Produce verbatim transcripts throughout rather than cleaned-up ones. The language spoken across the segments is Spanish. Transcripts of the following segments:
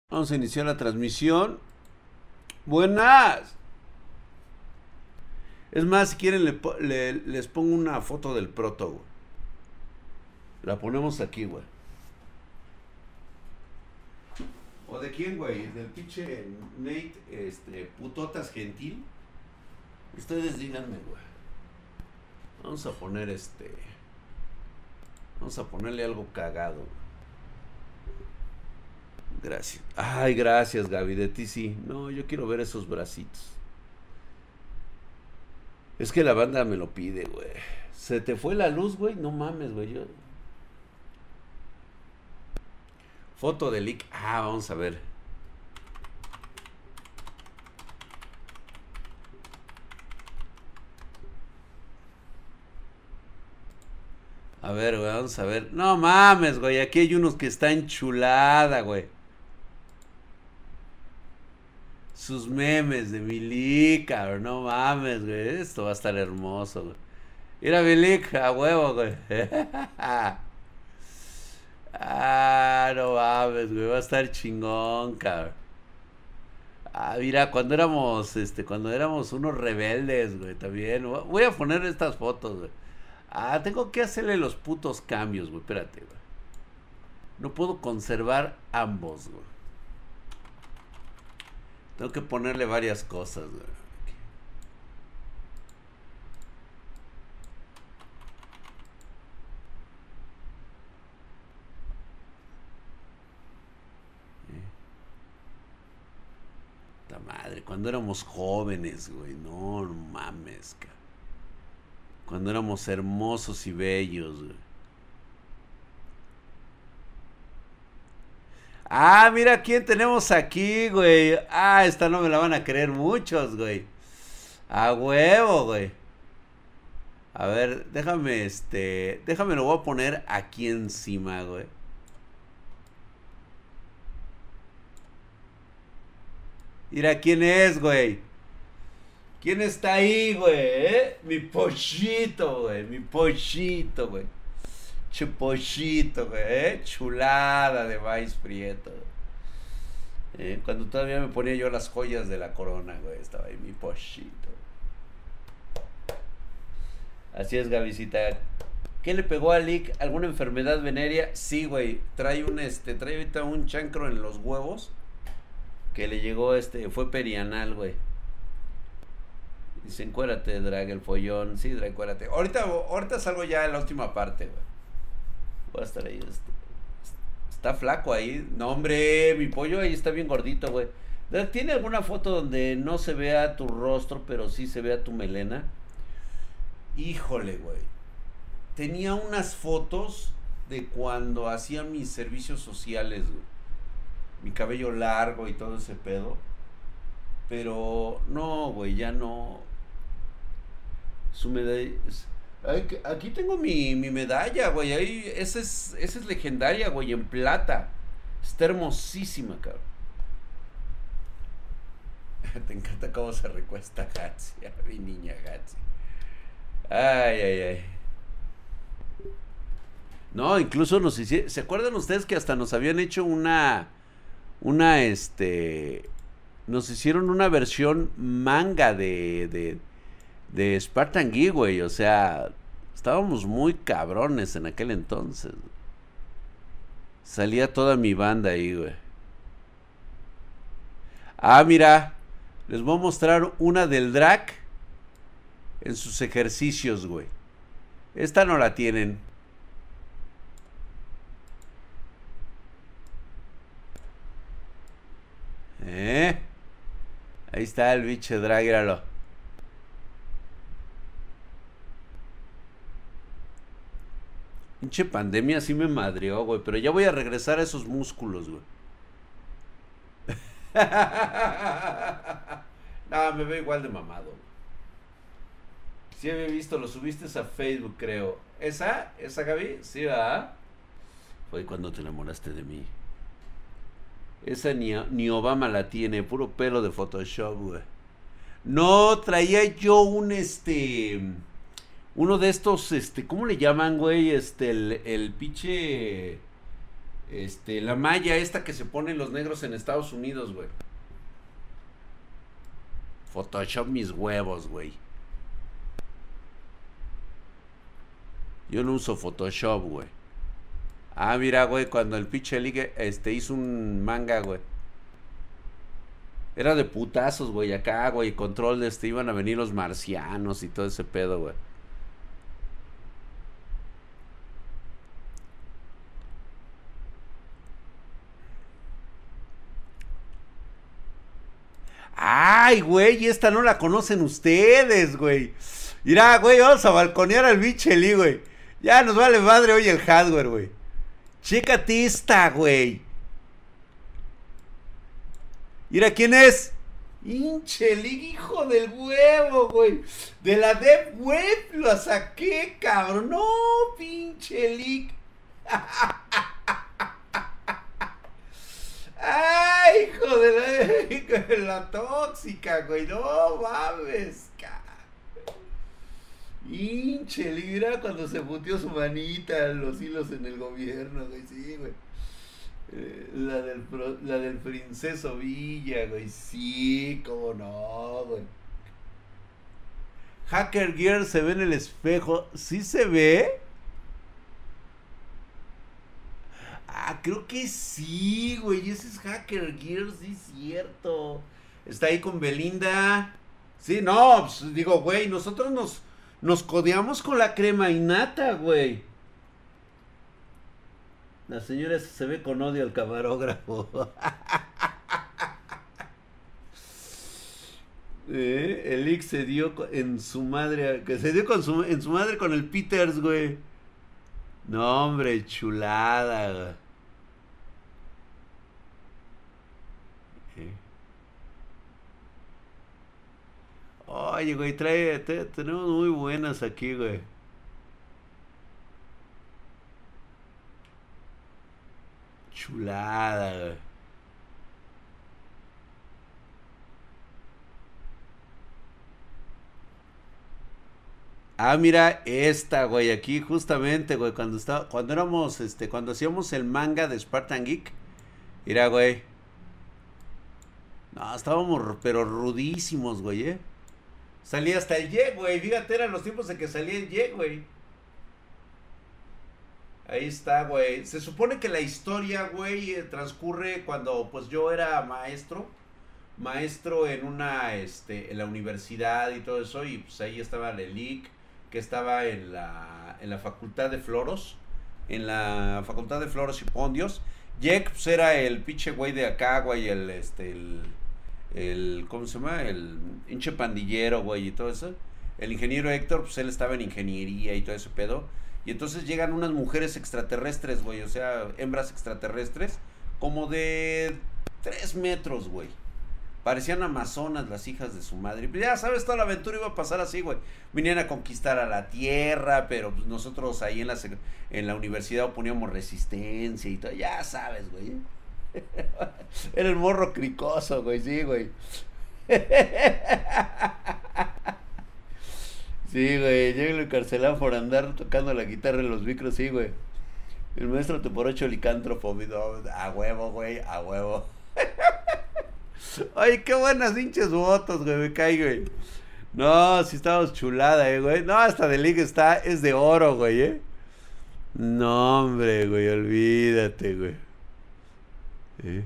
Vamos a iniciar la transmisión. Buenas. Es más, si quieren le, le- les pongo una foto del proto, güey. La ponemos aquí, güey. ¿O de quién, güey? Del pinche Nate, este, putotas gentil. Ustedes díganme, güey. Vamos a poner este... Vamos a ponerle algo cagado. Gracias. Ay, gracias, Gaby. De ti sí. No, yo quiero ver esos bracitos. Es que la banda me lo pide, güey. ¿Se te fue la luz, güey? No mames, güey. Yo... Foto de leak. Ah, vamos a ver. A ver, güey, vamos a ver. No mames, güey. Aquí hay unos que están chulada, güey. Sus memes de Milik, cabrón. No mames, güey. Esto va a estar hermoso, güey. Mira Milik, a huevo, güey. Ah, no mames, güey. Va a estar chingón, cabrón. Ah, mira, cuando éramos, este, cuando éramos unos rebeldes, güey, también. Voy a poner estas fotos, güey. Ah, tengo que hacerle los putos cambios, güey. Espérate, güey. No puedo conservar ambos, güey. Tengo que ponerle varias cosas, güey. Puta madre, cuando éramos jóvenes, güey. No, no mames, cara. Cuando éramos hermosos y bellos, güey. Ah, mira quién tenemos aquí, güey. Ah, esta no me la van a creer muchos, güey. A huevo, güey. A ver, déjame, este... Déjame, lo voy a poner aquí encima, güey. Mira quién es, güey. ¿Quién está ahí, güey? ¿Eh? Mi pollito, güey. Mi pollito, güey. Che pollito, güey. ¿Eh? Chulada de maíz prieto. ¿Eh? Cuando todavía me ponía yo las joyas de la corona, güey. Estaba ahí mi pollito. Así es, Gavisita. ¿Qué le pegó a Lick? ¿Alguna enfermedad venérea? Sí, güey. Trae un, este, trae ahorita un chancro en los huevos. Que le llegó, este, fue perianal, güey. Dice, encuérate, drag, el follón. Sí, drag, encuérate. Ahorita, ahorita salgo ya en la última parte, güey. Voy a estar ahí, este. Está flaco ahí. No, hombre, mi pollo ahí está bien gordito, güey. ¿Tiene alguna foto donde no se vea tu rostro, pero sí se vea tu melena? Híjole, güey. Tenía unas fotos de cuando hacía mis servicios sociales, güey. Mi cabello largo y todo ese pedo. Pero no, güey, ya no. Su medalla. Aquí tengo mi, mi medalla, güey. Ahí, esa es, esa es legendaria, güey, en plata. Está hermosísima, cabrón. Te encanta cómo se recuesta Hatsi, mi niña Hatsi. Ay, ay, ay. No, incluso nos hicieron. ¿Se acuerdan ustedes que hasta nos habían hecho una. Una, este. Nos hicieron una versión manga de. de. de Spartan Geek, güey. O sea. Estábamos muy cabrones en aquel entonces. Salía toda mi banda ahí, güey. Ah, mira. Les voy a mostrar una del Drac en sus ejercicios, güey. Esta no la tienen. ¿Eh? Ahí está el bicho Drag, míralo. Pinche pandemia sí me madreó, güey. Pero ya voy a regresar a esos músculos, güey. No, me veo igual de mamado, güey. Sí había visto, lo subiste a Facebook, creo. ¿Esa? ¿Esa, Gaby? Sí, ¿verdad? Fue cuando te enamoraste de mí. Esa ni, ni Obama la tiene, puro pelo de Photoshop, güey. No, traía yo un, este... Uno de estos, este, ¿cómo le llaman, güey? Este, el, el pinche... Este, la malla esta que se ponen los negros en Estados Unidos, güey. Photoshop mis huevos, güey. Yo no uso Photoshop, güey. Ah, mira, güey, cuando el pinche ligue este, hizo un manga, güey. Era de putazos, güey, acá, güey, control de este, iban a venir los marcianos y todo ese pedo, güey. Ay, güey, esta no la conocen ustedes, güey. Mira, güey, vamos a balconear al Bicheli, güey. Ya nos vale madre hoy el hardware, güey. Chécate esta, güey. Mira, ¿quién es? Inchelik, hijo del huevo, güey. De la Deep Web lo saqué, cabrón. No, pinche Lick. Ay, hijo de la, hijo de la tóxica, güey. No mames, cabrón. Hinche, mira cuando se puteó su manita los hilos en el gobierno, güey. Sí, güey. Eh, la, del pro, la del Princeso Villa, güey. Sí, cómo no, güey. Hacker Gear se ve en el espejo. ¿Sí se ve? Ah, creo que sí, güey. Ese es Hacker Gear, sí es cierto. Está ahí con Belinda. Sí, no, pues, digo, güey, nosotros nos, nos codeamos con la crema innata, güey. La señora se ve con odio al camarógrafo. ¿Eh? El Ix se dio en su madre. Que se dio con su, en su madre con el Peters, güey. No, hombre, chulada, güey. ¿Eh? Oye, güey, trae, te, tenemos muy buenas aquí, güey. Chulada, güey. Ah, mira, esta, güey, aquí justamente, güey, cuando estaba, cuando éramos, este, cuando hacíamos el manga de Spartan Geek, mira, güey. No, estábamos, pero rudísimos, güey, eh. Salía hasta el Y, güey, fíjate, eran los tiempos en que salía el Y, güey. Ahí está, güey. Se supone que la historia, güey, eh, transcurre cuando, pues, yo era maestro. Maestro en una, este, en la universidad y todo eso. Y, pues, ahí estaba Lelik, que estaba en la, en la facultad de Floros. En la facultad de Floros y Pondios. Jack, pues, era el pinche güey de acá, güey, el, este, el, el, ¿cómo se llama? El hinche pandillero, güey, y todo eso. El ingeniero Héctor, pues, él estaba en ingeniería y todo ese pedo. Y entonces llegan unas mujeres extraterrestres, güey, o sea, hembras extraterrestres, como de tres metros, güey. Parecían amazonas las hijas de su madre. Y pues ya sabes, toda la aventura iba a pasar así, güey. Vinieron a conquistar a la tierra, pero pues nosotros ahí en la, en la universidad oponíamos resistencia y todo. Ya sabes, güey. Era el morro cricoso, güey, sí, güey. Sí, güey, yo lo encarcelado por andar tocando la guitarra en los micros, sí, güey. El maestro te por ocho licántropo, mi no, a huevo, güey, a huevo. Ay, qué buenas hinches votos, güey, me cae, güey. No, si estamos chulada, eh, güey. No, hasta de liga está, es de oro, güey, eh. No, hombre, güey, olvídate, güey. ¿Eh?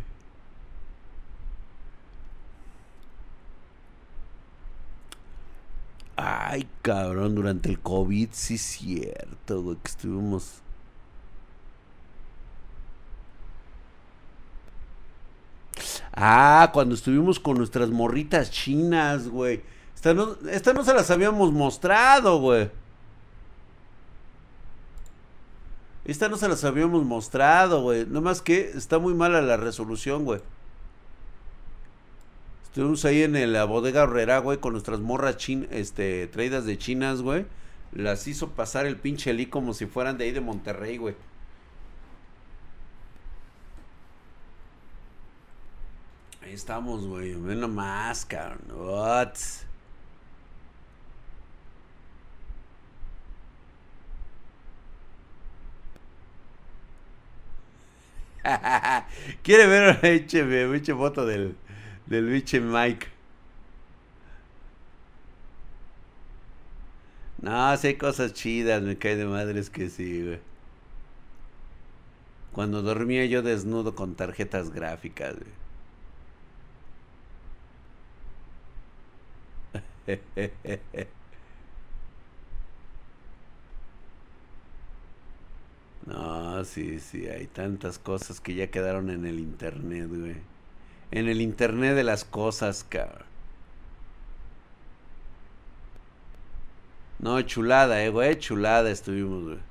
Ay, cabrón, durante el COVID, sí es cierto, güey, que estuvimos. Ah, cuando estuvimos con nuestras morritas chinas, güey. Esta no, esta no se las habíamos mostrado, güey. Esta no se las habíamos mostrado, güey. Nada más que está muy mala la resolución, güey. Estuvimos ahí en la bodega Herrera, güey, con nuestras morras chin, este, traídas de chinas, güey. Las hizo pasar el pinche Lee como si fueran de ahí de Monterrey, güey. Ahí estamos, güey. Ven nomás, cabrón. What? Quiere ver una eche, eche foto del, del biche Mike. No, si hay cosas chidas, me cae de madres que sí, güey. Cuando dormía yo desnudo con tarjetas gráficas, güey. No, sí, sí, hay tantas cosas que ya quedaron en el internet, güey. En el internet de las cosas, cabrón. No, chulada, eh, güey, chulada estuvimos, güey.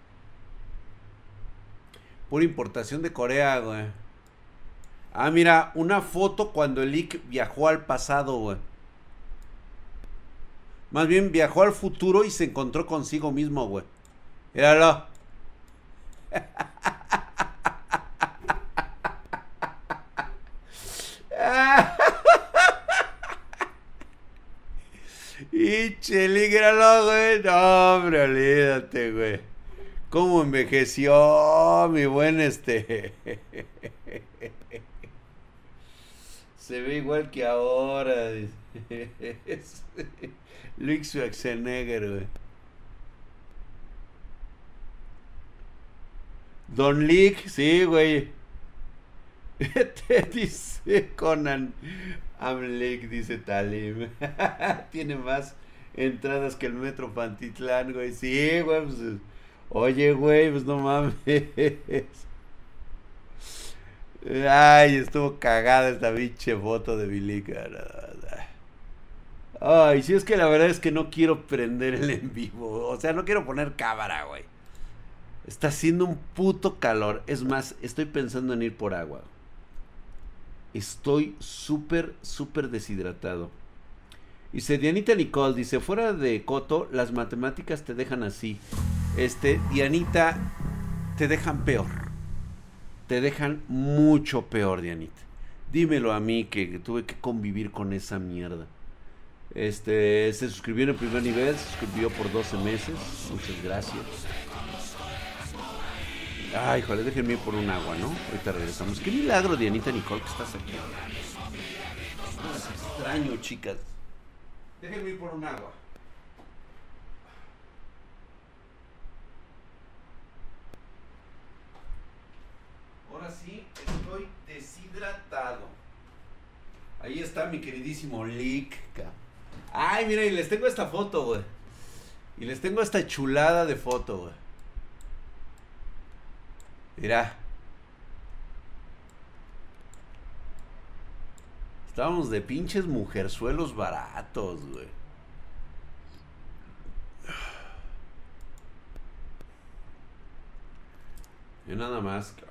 Pura importación de Corea, güey. Ah, mira, una foto cuando el Lick viajó al pasado, güey. Más bien viajó al futuro y se encontró consigo mismo, güey. Míralo. Y chelígralo, güey. No, hombre, olvídate, güey. ¿Cómo envejeció mi buen este? Se ve igual que ahora. Luke Schwarzenegger, güey. Don Lick, sí, güey. Te dice Conan. Amlek, dice Talim. Tiene más entradas que el Metro Pantitlán, güey. Sí, güey. Pues, oye, güey, pues no mames. Ay, estuvo cagada esta pinche foto de Bilica. Ay, sí, es que la verdad es que no quiero prender el en vivo. O sea, no quiero poner cámara, güey. Está haciendo un puto calor. Es más, estoy pensando en ir por agua. Estoy súper, súper deshidratado. Dice Dianita Nicole, dice, fuera de coto, las matemáticas te dejan así. Este, Dianita, te dejan peor. Te dejan mucho peor, Dianita. Dímelo a mí, que, que tuve que convivir con esa mierda. Este, se suscribió en el primer nivel, se suscribió por doce meses. Muchas gracias. Ay, joder, déjenme ir por un agua, ¿no? Ahorita regresamos. Qué milagro, Dianita Nicole, que estás aquí. Es extraño, chicas. Déjenme ir por un agua. Ahora sí, estoy deshidratado. Ahí está mi queridísimo Lick. Ay, mira, y les tengo esta foto, güey. Y les tengo esta chulada de foto, güey. Mira. Estábamos de pinches mujerzuelos baratos, güey. Y nada más, cabrón.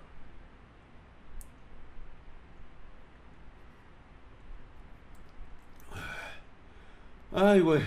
Ay, güey.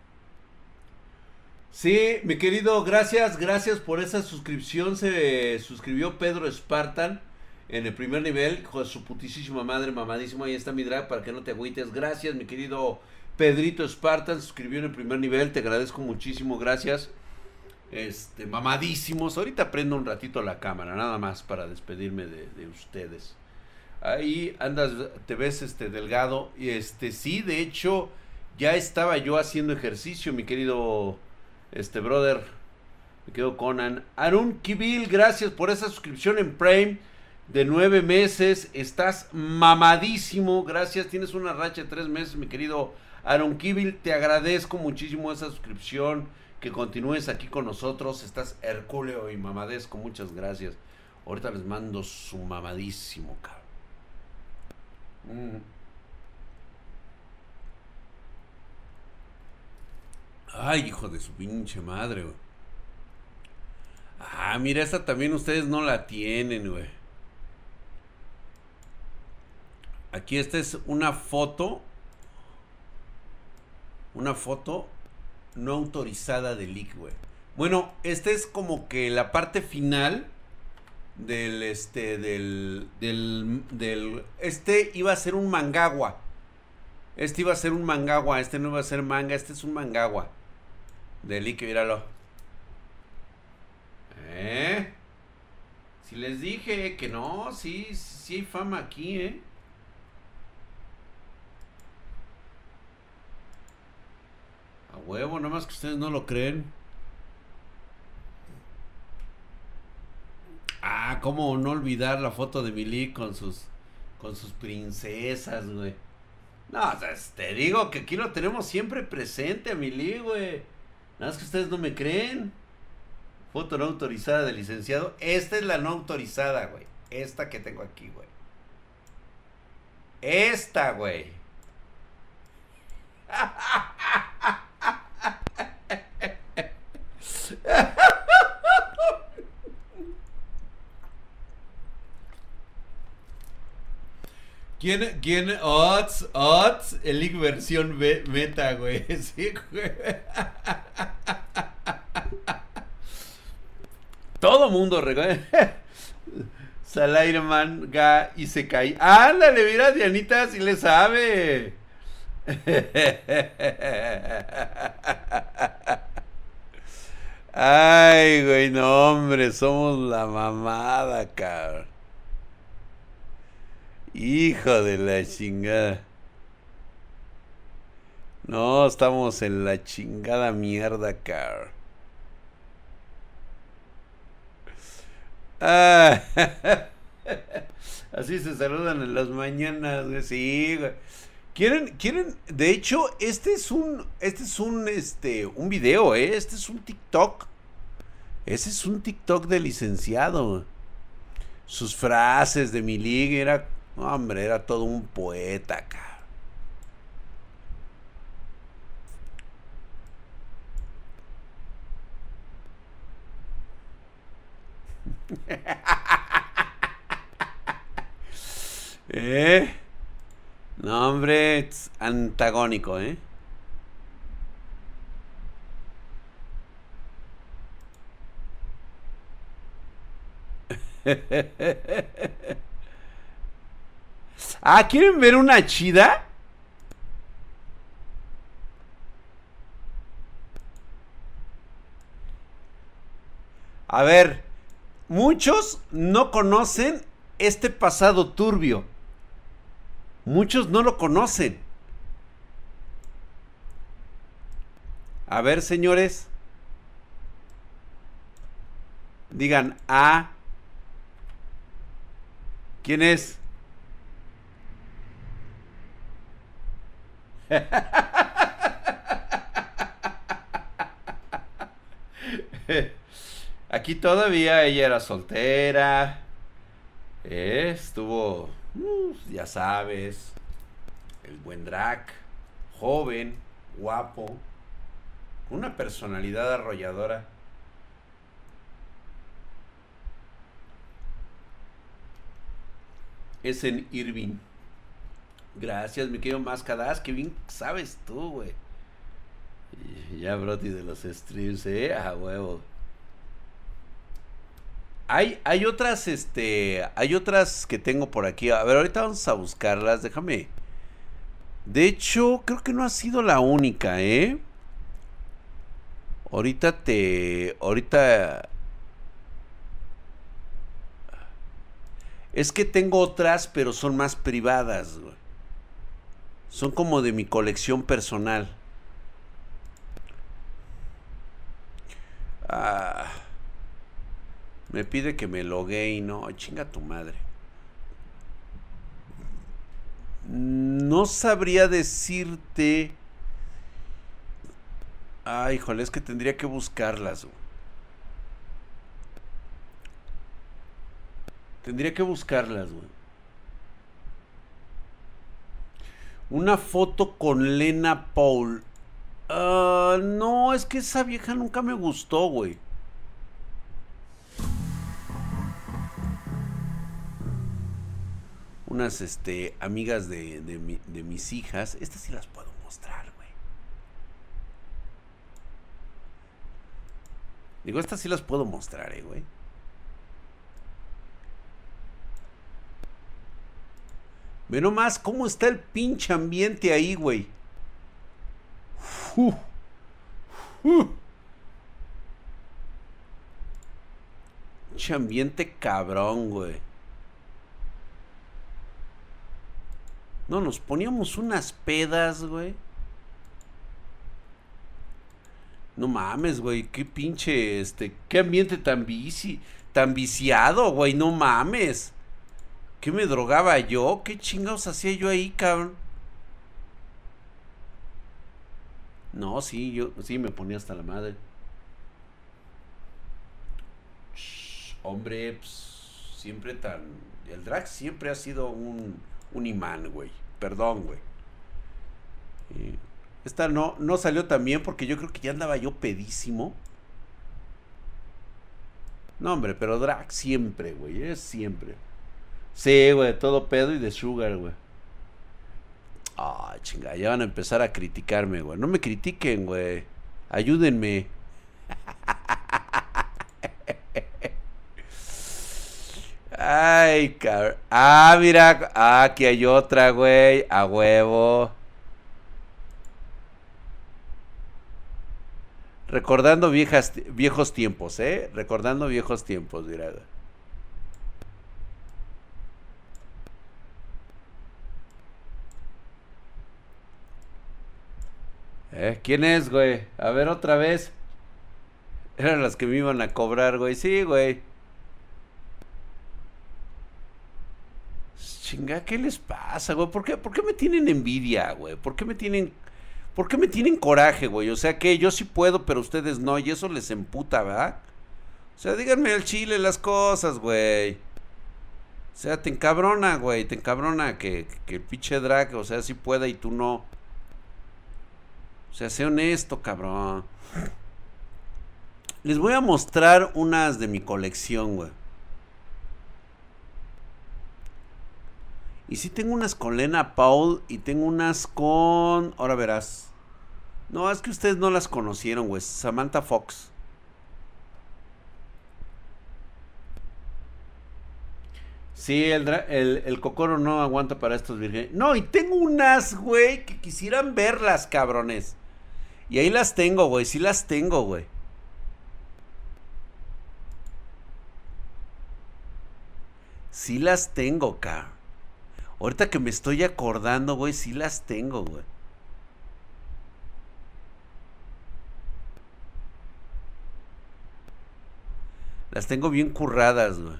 Sí, mi querido, gracias, gracias por esa suscripción. Se suscribió Pedro Spartan en el primer nivel. Hijo de su putísima madre, mamadísimo. Ahí está mi drag para que no te agüites. Gracias, mi querido Pedrito Spartan. Se suscribió en el primer nivel. Te agradezco muchísimo, gracias. Este, mamadísimos. Ahorita prendo un ratito la cámara, nada más para despedirme de, de ustedes. Ahí andas, te ves este delgado. Y este, sí, de hecho, ya estaba yo haciendo ejercicio, mi querido. Este, brother, me quedo Conan. Arun Kibil, gracias por esa suscripción en Prime de nueve meses. Estás mamadísimo. Gracias, tienes una racha de tres meses, mi querido Arun Kibil. Te agradezco muchísimo esa suscripción. Que continúes aquí con nosotros. Estás hercúleo y mamadesco. Muchas gracias. Ahorita les mando su mamadísimo, cabrón. Mm. Ay, hijo de su pinche madre, güey. Ah, mira, esta también ustedes no la tienen, güey. Aquí esta es una foto. Una foto no autorizada de Lick, güey. Bueno, esta es como que la parte final del, este, del, del, del, este iba a ser un mangawa. Este iba a ser un mangawa, este no iba a ser manga, este es un mangawa. De Lick, míralo. ¿Eh? Si les dije que no, sí, sí hay fama aquí, ¿eh? A huevo, nomás que ustedes no lo creen. Ah, cómo no olvidar la foto de Milik con sus con sus princesas, güey. No, o sea, te digo que aquí lo tenemos siempre presente a Milik, güey. Nada más que ustedes no me creen. Foto no autorizada del licenciado. Esta es la no autorizada, güey. Esta que tengo aquí, güey. Esta, güey. ¿Quién, quién? Odds, Odds, el League versión meta, güey. Sí, güey. Todo mundo regala. Salairman, Ga y se cae. Ándale, mira, Dianita, si le sabe. Ay, güey, no, hombre, somos la mamada, cabrón. Hijo de la chingada. No, estamos en la chingada mierda, cabrón. Ah, así se saludan en las mañanas, güey. Sí, güey. ¿Quieren, quieren? De hecho, este es un, este es un, este, un video, ¿eh? Este es un TikTok. Ese es un TikTok de licenciado. Sus frases de Milik era, hombre, era todo un poeta, acá. ¿Eh? No, hombre, es antagónico, ¿eh? Ah, ¿quieren ver una chida? A ver, muchos no conocen este pasado turbio. Muchos no lo conocen. A ver, señores. Digan, ah. ¿Quién es? Aquí todavía ella era soltera. Eh, estuvo, uh, ya sabes, el buen drag, joven, guapo, con una personalidad arrolladora. Es en Irving. Gracias, mi querido Mascadas, que bien sabes tú, güey. Ya, Brody, de los streams, eh, a huevo. Hay, hay otras, este, hay otras que tengo por aquí. A ver, ahorita vamos a buscarlas, déjame. De hecho, creo que no ha sido la única, ¿eh? Ahorita te, ahorita... Es que tengo otras, pero son más privadas, güey. Son como de mi colección personal. Ah... Me pide que me loguee y no, chinga tu madre. No sabría decirte. Ay, híjole, es que tendría que buscarlas. Güey. Tendría que buscarlas, güey. Una foto con Lena Paul. Uh, no, es que esa vieja nunca me gustó, güey. Unas este, amigas de, de, mi, de mis hijas. Estas sí las puedo mostrar, güey. Digo, estas sí las puedo mostrar, eh, güey. Ve nomás cómo está el pinche ambiente ahí, güey. Uh, uh. Che ambiente cabrón, güey. No, nos poníamos unas pedas, güey. No mames, güey. Qué pinche, este, qué ambiente tan bici, tan viciado, güey. No mames. ¿Qué me drogaba yo? ¿Qué chingados hacía yo ahí, cabrón? No, sí, yo sí me ponía hasta la madre. Shh, hombre, pues, siempre tan... El drag siempre ha sido un, un imán, güey. Perdón, güey. Y esta no, no salió tan bien porque yo creo que ya andaba yo pedísimo. No, hombre, pero drag siempre, güey. Es siempre. Sí, güey, todo pedo y de sugar, güey. Ah, chinga, ya van a empezar a criticarme, güey. No me critiquen, güey. Ayúdenme. Ay, cabrón. Ah, mira. Ah, aquí hay otra, güey. A huevo. Recordando viejas, viejos tiempos, ¿eh? Recordando viejos tiempos, mira. ¿Eh? ¿Quién es, güey? A ver, otra vez. Eran las que me iban a cobrar, güey. Sí, güey. Chinga, ¿qué les pasa, güey? ¿Por qué, por qué me tienen envidia, güey? ¿Por qué me tienen... ¿Por qué me tienen coraje, güey? O sea que yo sí puedo, pero ustedes no. Y eso les emputa, ¿verdad? O sea, díganme al chile las cosas, güey. O sea, te encabrona, güey. Te encabrona que, que el pinche drag, o sea, sí pueda y tú no. O sea, sé honesto, cabrón. Les voy a mostrar unas de mi colección, güey. Y sí tengo unas con Lena Paul y tengo unas con... Ahora verás. No, es que ustedes no las conocieron, güey. Samantha Fox. Sí, el, el, el cocoro no aguanta para estos virgen. No, y tengo unas, güey, que quisieran verlas, cabrones. Y ahí las tengo, güey. Sí las tengo, güey. Sí las tengo, cabrón. Ahorita que me estoy acordando, güey, sí las tengo, güey. Las tengo bien curradas, güey.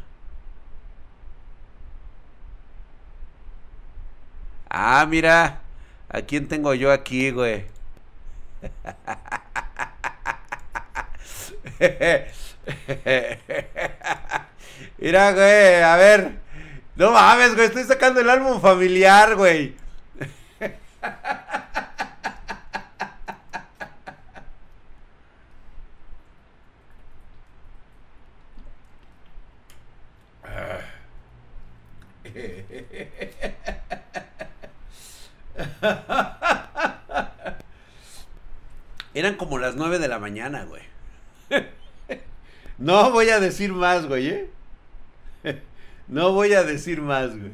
Ah, mira. ¿A quién tengo yo aquí, güey? Mira, güey, a ver. No mames, güey, estoy sacando el álbum familiar, güey. Eran como las nueve de la mañana, güey. No voy a decir más, güey, ¿eh? No voy a decir más, güey.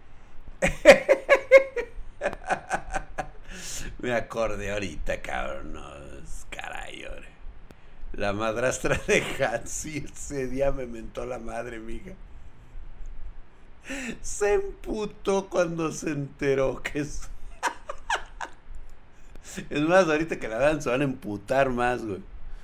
Me acordé ahorita, cabrón. No, caray, güey. La madrastra de Hansi ese día me mentó la madre, mija. Se emputó cuando se enteró que es... Es más, ahorita que la vean se van a emputar más, güey.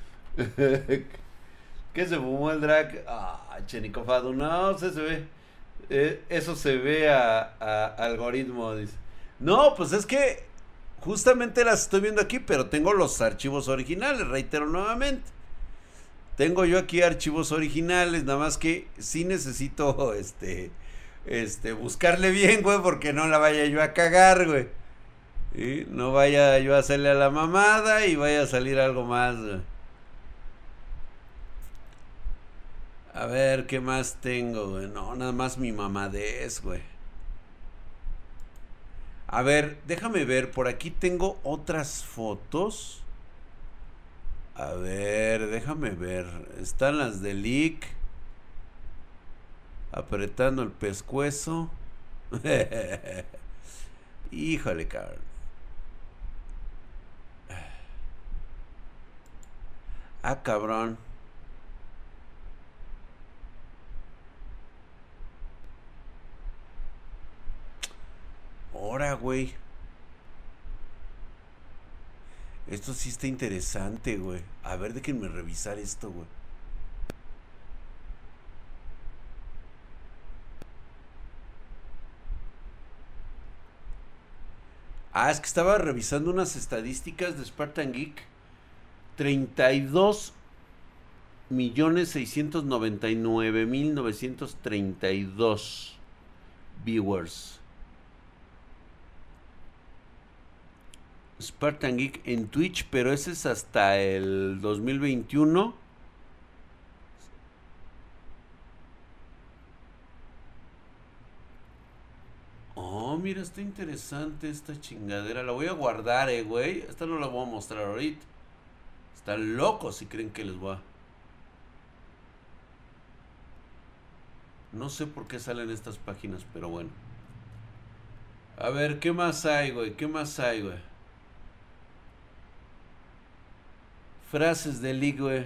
¿Qué se fumó el drag? Ah, chenicofado. No, se, se ve. Eh, eso se ve a, a algoritmo, dice. No, pues es que justamente las estoy viendo aquí, pero tengo los archivos originales, reitero nuevamente. Tengo yo aquí archivos originales, nada más que sí necesito, este, este, buscarle bien, güey, porque no la vaya yo a cagar, güey. ¿Sí? No vaya yo a hacerle a la mamada y vaya a salir algo más, güey. A ver, ¿qué más tengo, güey? No, nada más mi mamadez, güey. A ver, déjame ver, por aquí tengo otras fotos. A ver, déjame ver. Están las de Lick. Apretando el pescuezo. Híjole, cabrón. Ah, cabrón. ahora, güey. Esto sí está interesante, güey. A ver, déjenme revisar esto, güey. Ah, es que estaba revisando unas estadísticas de Spartan Geek. treinta y dos millones seiscientos noventa y nueve mil novecientos treinta y dos viewers. Spartan Geek en Twitch, pero ese es hasta el dos mil veintiuno. Oh, mira, está interesante esta chingadera. La voy a guardar, eh, güey. Esta no la voy a mostrar ahorita. Están locos si creen que les voy a... No sé por qué salen estas páginas, pero bueno. A ver, ¿qué más hay, güey? ¿Qué más hay, güey? Frases de League, güey.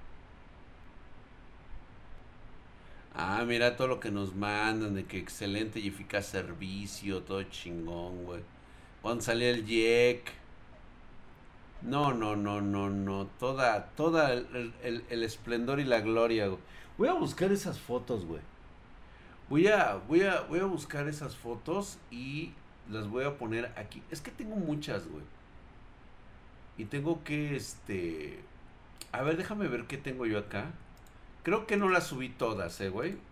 Ah, mira todo lo que nos mandan, de que excelente y eficaz servicio, todo chingón, güey. Cuando salió el Jack. No, no, no, no, no. Toda, toda el, el, el esplendor y la gloria, güey. Voy a buscar esas fotos, güey. Voy a, voy a, voy a buscar esas fotos y las voy a poner aquí. Es que tengo muchas, güey. Y tengo que, este... A ver, déjame ver qué tengo yo acá. Creo que no las subí todas, eh, güey.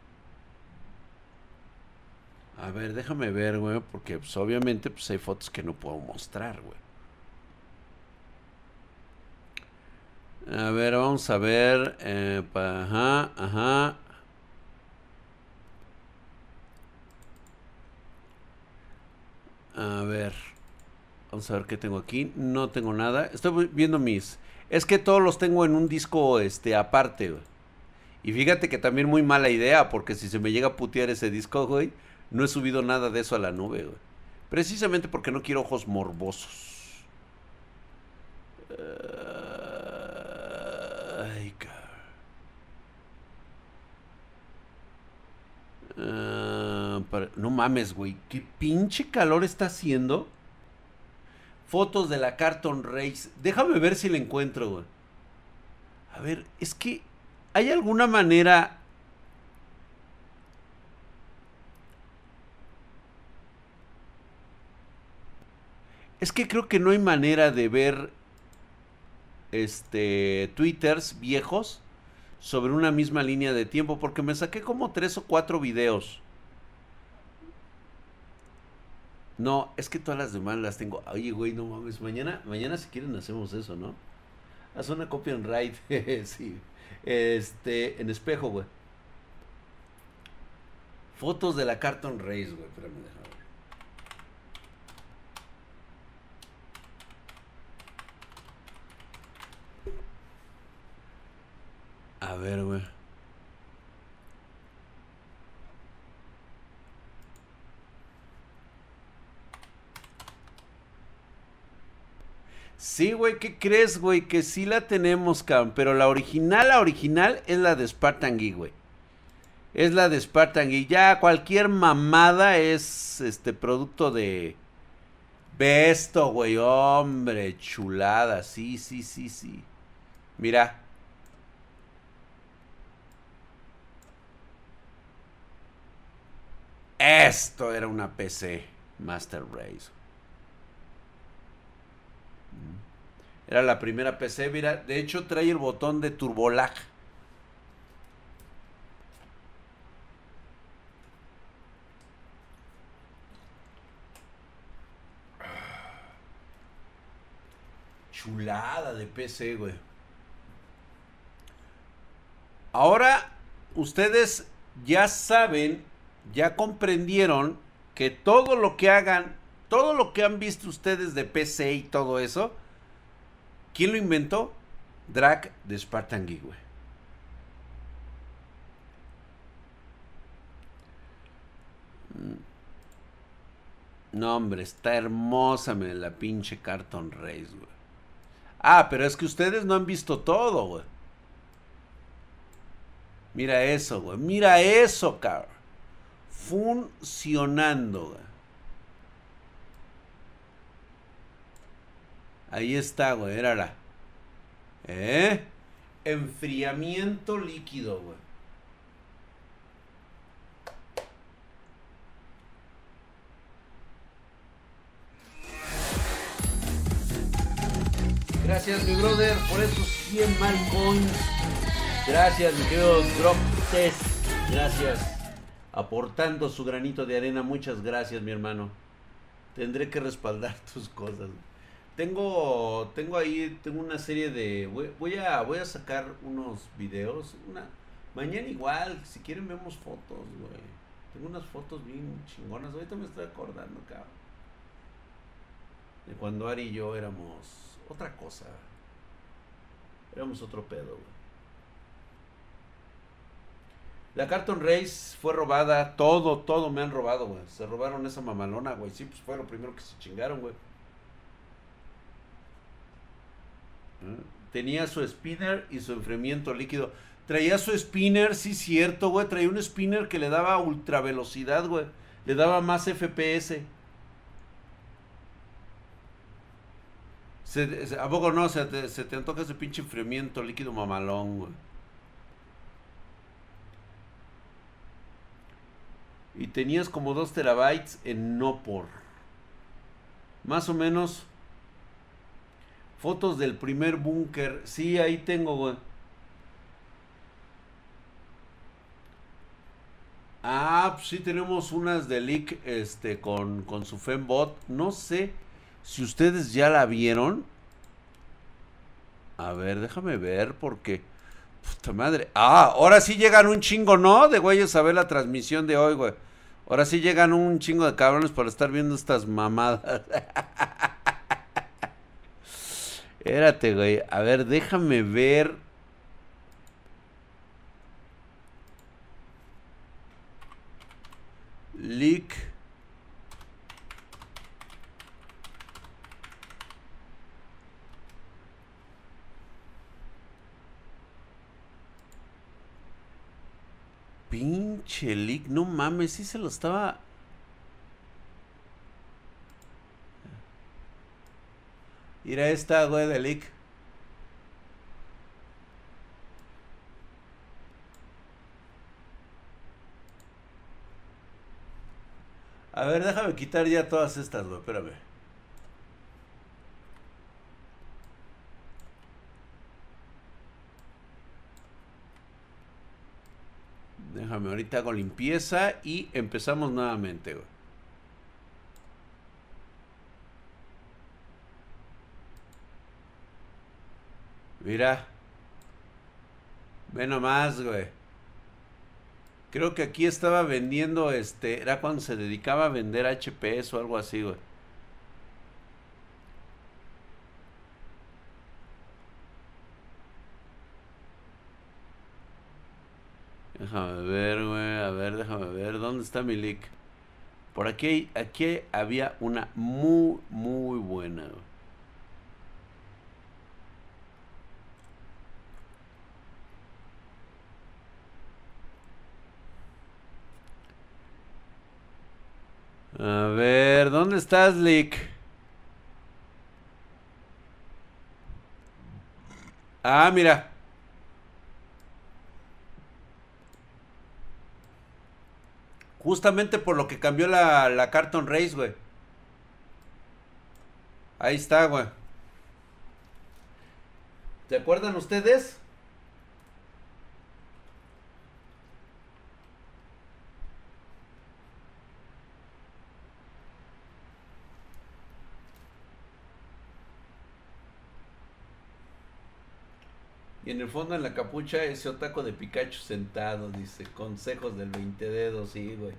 A ver, déjame ver, güey, porque pues, obviamente pues, hay fotos que no puedo mostrar, güey. A ver, vamos a ver. Eh, pa, ajá, ajá. A ver. Vamos a ver qué tengo aquí. No tengo nada. Estoy viendo mis... Es que todos los tengo en un disco este, aparte, güey. Y fíjate que también muy mala idea, porque si se me llega a putear ese disco, güey, no he subido nada de eso a la nube, güey. Precisamente porque no quiero ojos morbosos. Uh, ay, uh, para, no mames, güey. ¿Qué pinche calor está haciendo? Fotos de la Carton Race. Déjame ver si la encuentro, güey. A ver, es que... ¿Hay alguna manera... Es que creo que no hay manera de ver... Este... Twitters viejos... Sobre una misma línea de tiempo. Porque me saqué como tres o cuatro videos. No, es que todas las demás las tengo. Oye, güey, no mames. Mañana, mañana si quieren hacemos eso, ¿no? Haz una copia en RAID. Sí. Este, en espejo, güey. Fotos de la Carton Race, güey. Espérame, déjame ver. A ver, güey. Sí, güey, ¿qué crees, güey? Que sí la tenemos, cabrón. Pero la original, la original es la de Spartan Geek, güey. Es la de Spartan Geek. Ya cualquier mamada es este producto de... Ve esto, güey. Hombre, chulada. Sí, sí, sí, sí. Mira. Esto era una P C Master Race. Era la primera P C, mira. De hecho, trae el botón de turbolag. Chulada de P C, güey. Ahora, ustedes ya saben, ya comprendieron que todo lo que hagan, todo lo que han visto ustedes de P C y todo eso, ¿quién lo inventó? Drag de Spartan Geek, güey. No, hombre, está hermosa me, la pinche Carton Race, güey. Ah, pero es que ustedes no han visto todo, güey. Mira eso, güey. Mira eso, cabrón. Funcionando, güey. Ahí está, güey, érala. ¿Eh? Enfriamiento líquido, güey. Gracias, mi brother, por esos cien malcoins. Gracias, mi querido Drop Test. Gracias. Aportando su granito de arena. Muchas gracias, mi hermano. Tendré que respaldar tus cosas. Tengo, tengo ahí, tengo una serie de, voy, voy a, voy a sacar unos videos. Una, mañana igual, si quieren vemos fotos, güey. Tengo unas fotos bien chingonas. Ahorita me estoy acordando, cabrón. De cuando Ari y yo éramos otra cosa. Éramos otro pedo, güey. La Carton Race fue robada. Todo, todo me han robado, güey. Se robaron esa mamalona, güey. Sí, pues fue lo primero que se chingaron, güey. ¿Eh? Tenía su spinner y su enfriamiento líquido. Traía su spinner, sí, cierto, güey. Traía un spinner que le daba ultra velocidad, güey. Le daba más F P S. Se, se, ¿A poco no? Se te, se te antoja ese pinche enfriamiento líquido mamalón, güey. Y tenías como dos terabytes en no por. Más o menos. Fotos del primer búnker. Sí, ahí tengo, güey. Ah, pues sí tenemos unas de leak este, con, con su Fembot. No sé si ustedes ya la vieron. A ver, déjame ver porque... Puta madre. Ah, ahora sí llegan un chingo, ¿no? De güeyes a ver la transmisión de hoy, güey. Ahora sí llegan un chingo de cabrones para estar viendo estas mamadas. Espérate, güey. A ver, déjame ver. Leak. Pinche leak. No mames, sí se lo estaba... Mira esta, güey, de leak. A ver, déjame quitar ya todas estas, güey. Espérame. Déjame, ahorita hago limpieza y empezamos nuevamente, güey. Mira. Ve nomás, güey. Creo que aquí estaba vendiendo, este, era cuando se dedicaba a vender H P S o algo así, güey. Déjame ver, güey, a ver, déjame ver, ¿dónde está mi leak? Por aquí, aquí había una muy, muy buena, güey. A ver, ¿dónde estás, leak? Ah, mira. Justamente por lo que cambió la, la Carton Race, güey. Ahí está, güey. ¿Se acuerdan ustedes? Y en el fondo en la capucha ese otaco de Pikachu sentado, dice, consejos del veinte dedos, sí, güey.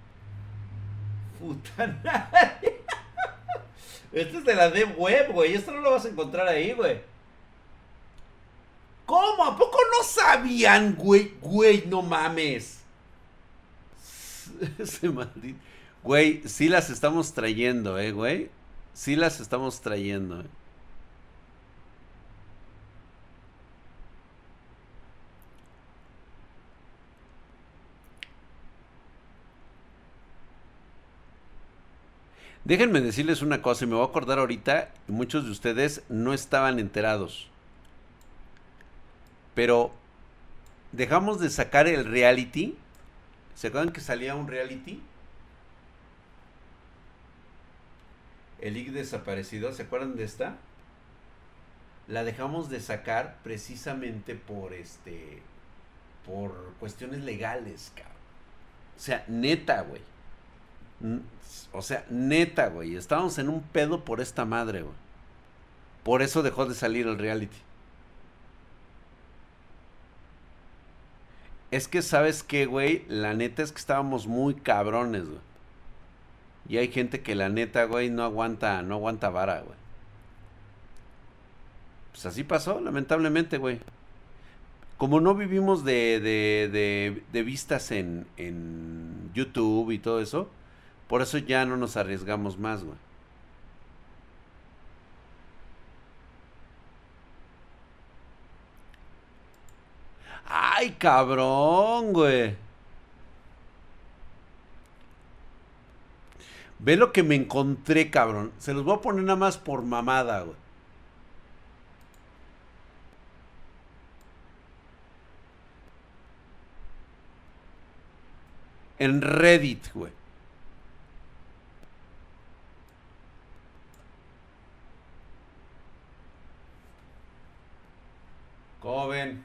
Puta nadie. Esto es de la Dev Web, güey. Esto no lo vas a encontrar ahí, güey. ¿Cómo? ¿A poco no sabían, güey? Güey, no mames. Ese maldito. Güey, sí las estamos trayendo, eh, güey. Sí las estamos trayendo, eh. Déjenme decirles una cosa y me voy a acordar ahorita, y muchos de ustedes no estaban enterados. Pero dejamos de sacar el reality. ¿Se acuerdan que salía un reality? El I C desaparecido, ¿se acuerdan de esta? La dejamos de sacar precisamente por este, por cuestiones legales, cabrón. O sea, neta, güey. O sea, neta, güey. Estábamos en un pedo por esta madre, güey. Por eso dejó de salir el reality. Es que, ¿sabes qué, güey? La neta es que estábamos muy cabrones, güey. Y hay gente que la neta, güey, no aguanta, no aguanta vara, güey. Pues así pasó, lamentablemente, güey. Como no vivimos de, de, de, de vistas en, en YouTube y todo eso, por eso ya no nos arriesgamos más, güey. ¡Ay, cabrón, güey! Ve lo que me encontré, cabrón. Se los voy a poner nada más por mamada, güey. En Reddit, güey. ¿Cómo ven?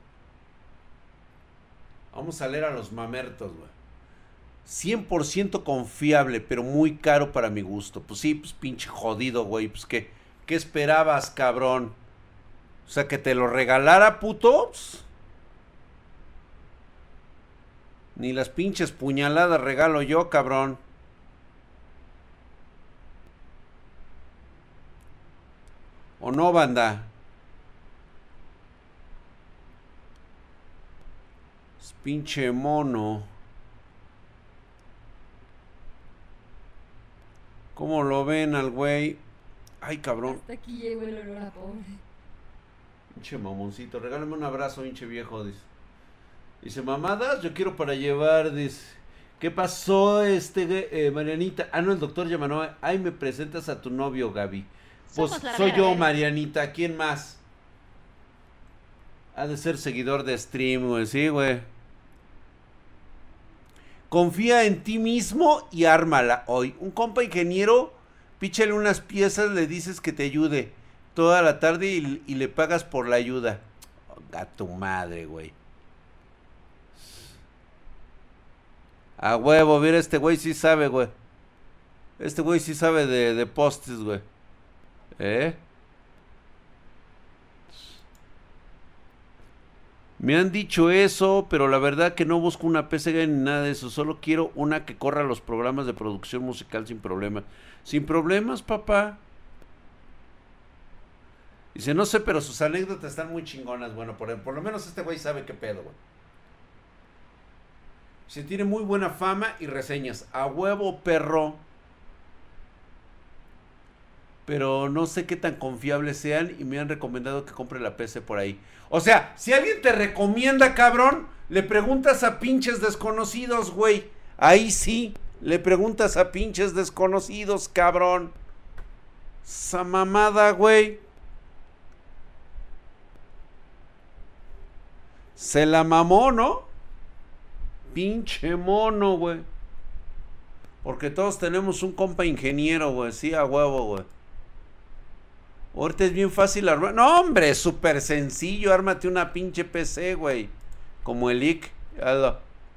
Vamos a leer a los mamertos, güey. cien por ciento confiable, pero muy caro para mi gusto. Pues sí, pues pinche jodido, güey. Pues qué, ¿qué esperabas, cabrón? O sea, que te lo regalara, putos. Ni las pinches puñaladas regalo yo, cabrón. ¿O no, banda? Es pinche mono. ¿Cómo lo ven al güey? Ay, cabrón. Hasta aquí llegó el olor a pobre. Pinche mamoncito. Regálame un abrazo, pinche viejo, dice. Dice, mamadas, yo quiero para llevar, dice. ¿Qué pasó, este, eh, Marianita? Ah, no, el doctor Yamanoa. Ay, me presentas a tu novio, Gaby. Pues soy yo, Marianita. ¿Quién más? Ha de ser seguidor de stream, güey. Sí, güey. Confía en ti mismo y ármala hoy. Un compa ingeniero, píchale unas piezas, le dices que te ayude toda la tarde y, y le pagas por la ayuda. A tu madre, güey. A huevo, mira, este güey sí sabe, güey. Este güey sí sabe de, de postes, güey. ¿Eh? Me han dicho eso, pero la verdad que no busco una P C ni nada de eso. Solo quiero una que corra los programas de producción musical sin problemas. Sin problemas, papá. Dice, no sé, pero sus anécdotas están muy chingonas. Bueno, por, por lo menos este güey sabe qué pedo, güey. Se tiene muy buena fama y reseñas. A huevo, perro. Pero no sé qué tan confiables sean y me han recomendado que compre la P C por ahí. O sea, si alguien te recomienda, cabrón, le preguntas a pinches desconocidos, güey. Ahí sí, le preguntas a pinches desconocidos, cabrón. Esa mamada, güey. Se la mamó, ¿no? Pinche mono, güey. Porque todos tenemos un compa ingeniero, güey. Sí, a huevo, güey. Ahorita es bien fácil armar. No, hombre, es súper sencillo. Ármate una pinche P C, güey. Como el I C.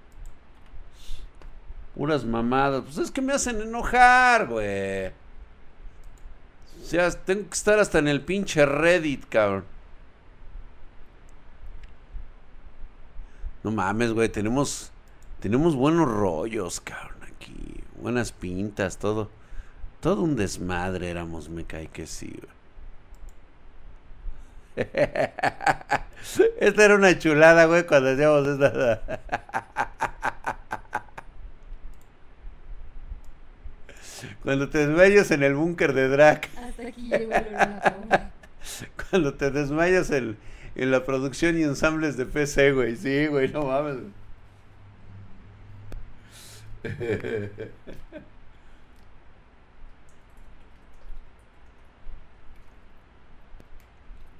Puras mamadas. Pues es que me hacen enojar, güey. O sea, tengo que estar hasta en el pinche Reddit, cabrón. No mames, güey. Tenemos, tenemos buenos rollos, cabrón, aquí. Buenas pintas, todo. Todo un desmadre éramos, me cae que sí, güey. Esta era una chulada, güey, cuando hacíamos esta. Cuando te desmayas en el búnker de Drac. Hasta aquí llegó el olor a pobre. Cuando te desmayas en, en la producción y ensambles de P C, güey. Sí, güey, no mames.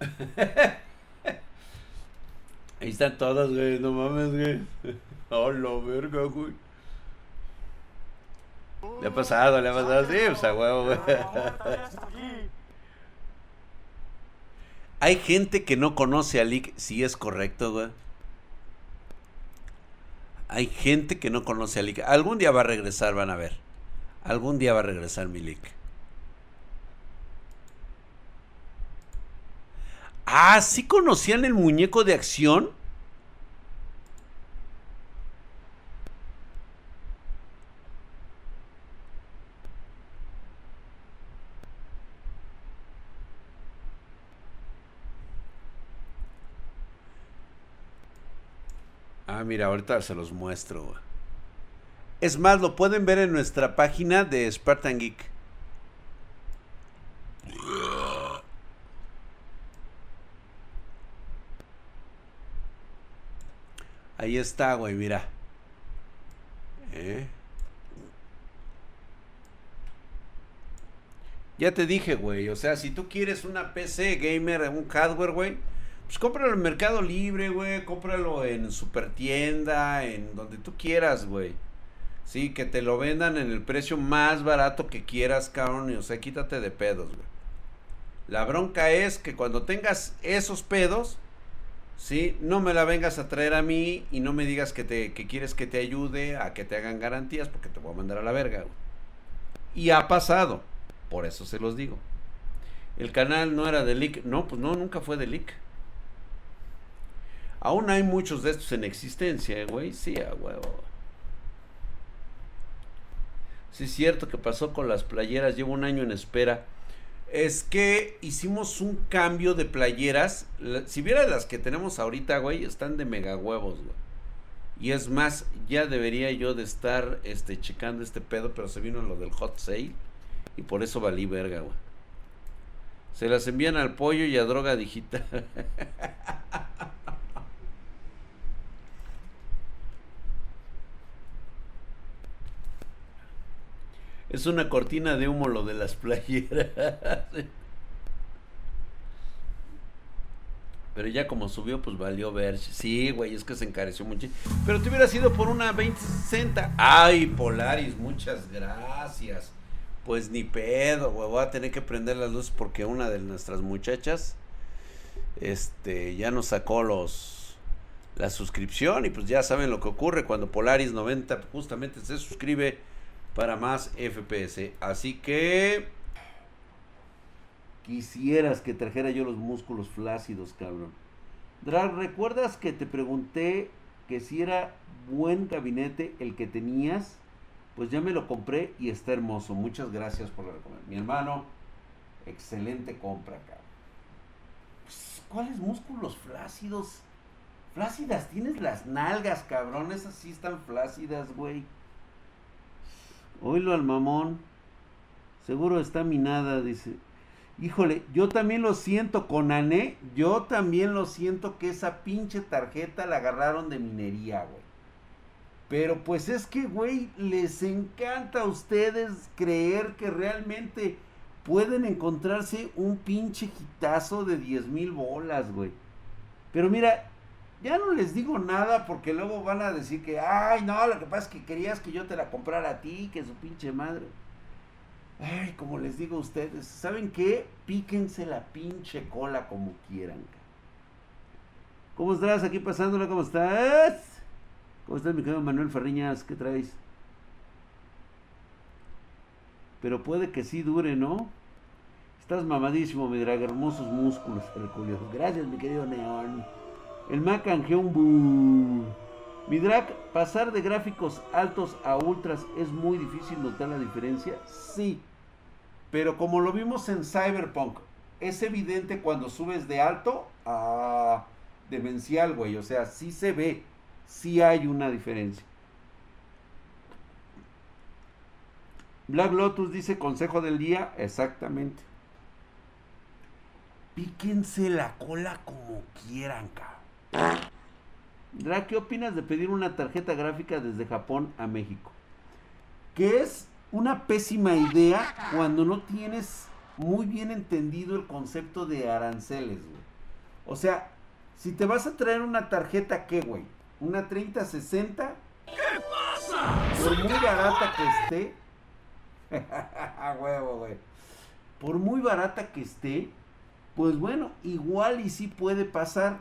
Ahí están todas, güey. No mames, güey. Oh, la verga, güey. Le ha pasado, le ha pasado. Sí, pues a huevo, güey. Hay gente que no conoce a Lick. Sí, es correcto, güey. Hay gente que no conoce a Lick. Algún día va a regresar, van a ver. Algún día va a regresar mi Lick. Ah, ¿sí conocían el muñeco de acción? Ah, mira, ahorita se los muestro, güey. Es más, lo pueden ver en nuestra página de Spartan Geek. Ahí está, güey, mira. ¿Eh? Ya te dije, güey. O sea, si tú quieres una P C gamer, un hardware, güey, pues cómpralo en Mercado Libre, güey. Cómpralo en Supertienda, en donde tú quieras, güey. Sí, que te lo vendan en el precio más barato que quieras, cabrón. Y, o sea, quítate de pedos, güey. La bronca es que cuando tengas esos pedos, sí, no me la vengas a traer a mí y no me digas que, te, que quieres que te ayude a que te hagan garantías porque te voy a mandar a la verga, güey. Y ha pasado, por eso se los digo. El canal no era de Lick. No, pues no, nunca fue de Lick. Aún hay muchos de estos en existencia, güey. Sí, a huevo. Sí, es cierto que pasó con las playeras. Llevo un año en espera. Es que hicimos un cambio de playeras. Si vieras las que tenemos ahorita, güey, están de mega huevos, güey. Y es más, ya debería yo de estar este, checando este pedo, pero se vino lo del hot sale. Y por eso valí verga, güey. Se las envían al pollo y a droga digital. Es una cortina de humo lo de las playeras. Pero ya como subió, pues valió ver. Sí, güey, es que se encareció mucho. Pero te hubiera sido por una veinte sesenta. Ay, Polaris, muchas gracias. Pues ni pedo, güey. Voy a tener que prender las luces porque una de nuestras muchachas este, ya nos sacó los la suscripción. Y pues ya saben lo que ocurre cuando Polaris noventa justamente se suscribe para más F P S. Así que quisieras que trajera yo los músculos flácidos, cabrón. Drag, ¿recuerdas que te pregunté que si era buen gabinete el que tenías? Pues ya me lo compré y está hermoso. Muchas gracias por la recomendación. Mi hermano, excelente compra, cabrón. Pues, ¿cuáles músculos flácidos? Flácidas, tienes las nalgas, cabrón. Esas sí están flácidas, güey. Oílo al mamón. Seguro está minada, dice. Híjole, yo también lo siento con Ané. Yo también lo siento que esa pinche tarjeta la agarraron de minería, güey. Pero pues es que, güey, les encanta a ustedes creer que realmente pueden encontrarse un pinche hitazo de diez mil bolas, güey. Pero mira, ya no les digo nada porque luego van a decir que, ay, no, lo que pasa es que querías que yo te la comprara a ti, que su pinche madre. Ay, como les digo a ustedes, ¿saben qué? Píquense la pinche cola como quieran. ¿Cómo estás? Aquí pasándola, ¿cómo estás? ¿Cómo estás, mi querido Manuel Farriñas? ¿Qué traes? Pero puede que sí dure, ¿no? Estás mamadísimo, mi drag, hermosos músculos, Herculio. Gracias, mi querido Neón. El Mac canjeó un bu. Mi drag, pasar de gráficos altos a ultras es muy difícil notar la diferencia. Sí, pero como lo vimos en Cyberpunk, es evidente cuando subes de alto a demencial, güey. O sea, sí se ve, sí hay una diferencia. Black Lotus dice consejo del día, exactamente. Píquense la cola como quieran, cabrón. Dra, ¿qué opinas de pedir una tarjeta gráfica desde Japón a México? Que es una pésima idea cuando no tienes muy bien entendido el concepto de aranceles, güey. O sea, si te vas a traer una tarjeta, ¿qué, güey? Una treinta sesenta. ¿Qué pasa? Por muy barata que esté. A huevo, güey. Por muy barata que esté, pues bueno, igual y sí puede pasar.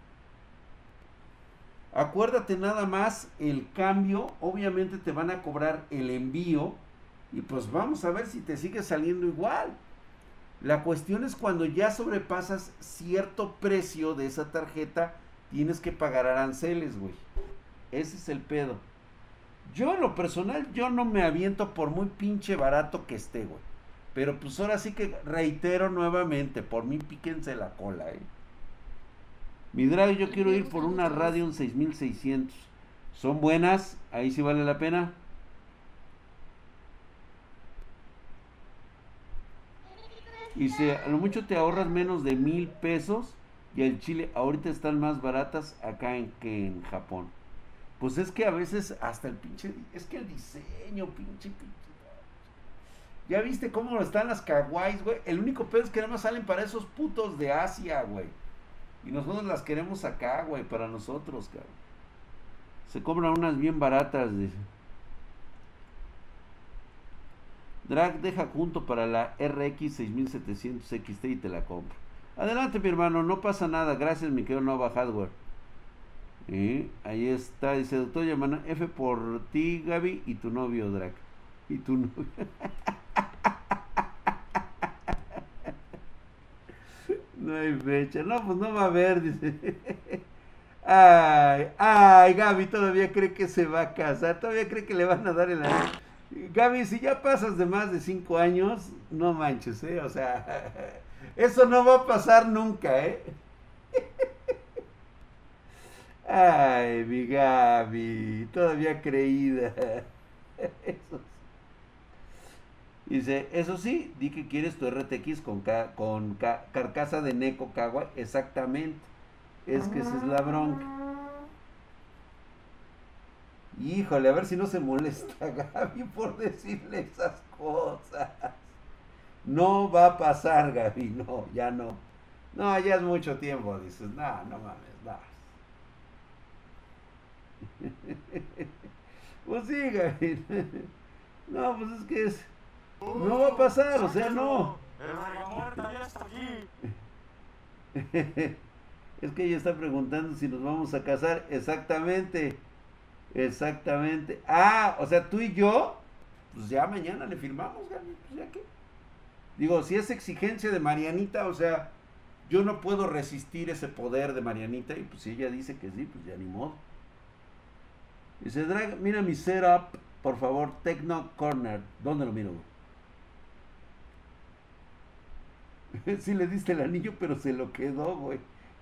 Acuérdate nada más el cambio, obviamente te van a cobrar el envío y pues vamos a ver si te sigue saliendo igual. La cuestión es cuando ya sobrepasas cierto precio de esa tarjeta, tienes que pagar aranceles, güey. Ese es el pedo. Yo en lo personal, yo no me aviento por muy pinche barato que esté, güey. Pero pues ahora sí que reitero nuevamente, por mí píquense la cola, eh. Mi Drag, yo quiero ir por una Radeon seis mil seiscientos. Son buenas, ahí sí vale la pena. Y si a lo mucho te ahorras menos de mil pesos. Y el chile ahorita están más baratas acá en, que en Japón. Pues es que a veces hasta el pinche... Es que el diseño, pinche, pinche... Ya viste cómo están las kawaiis, güey. El único pedo es que nada más salen para esos putos de Asia, güey. Y nosotros las queremos acá, güey, para nosotros, cabrón. Se cobran unas bien baratas, dice. Drag deja junto para la R X seis mil setecientos X T y te la compro. Adelante, mi hermano, no pasa nada. Gracias, mi querido Nova Hardware. ¿Eh? Ahí está, dice doctor Yamana. F por ti, Gaby, y tu novio, Drag. Y tu novio. No hay fecha. No, pues no va a haber, dice. Ay, ay, Gaby todavía cree que se va a casar. Todavía cree que le van a dar el anillo. Gaby, si ya pasas de más de cinco años, no manches, ¿eh? O sea, eso no va a pasar nunca, ¿eh? Ay, mi Gaby, todavía creída. Eso sí. Dice, eso sí, di que quieres tu R T X con, ca con ca carcasa de Neko Kawa. Exactamente. Es que esa es la bronca. Híjole, a ver si no se molesta Gaby por decirle esas cosas. No va a pasar, Gaby, no, ya no. No, ya es mucho tiempo, dices, no, no mames, no. Pues sí, Gaby. No, pues es que es... No va a pasar, o sea, no. El Rey Muerta ya está aquí. Es que ella está preguntando si nos vamos a casar. Exactamente. Exactamente. Ah, o sea, tú y yo, pues ya mañana le firmamos, Gaby. Pues ya qué. Digo, si es exigencia de Marianita, o sea, yo no puedo resistir ese poder de Marianita. Y pues si ella dice que sí, pues ya ni modo. Dice, Drag, mira mi setup, por favor, Tecno Corner. ¿Dónde lo miro? Sí le diste el anillo, pero se lo quedó, güey.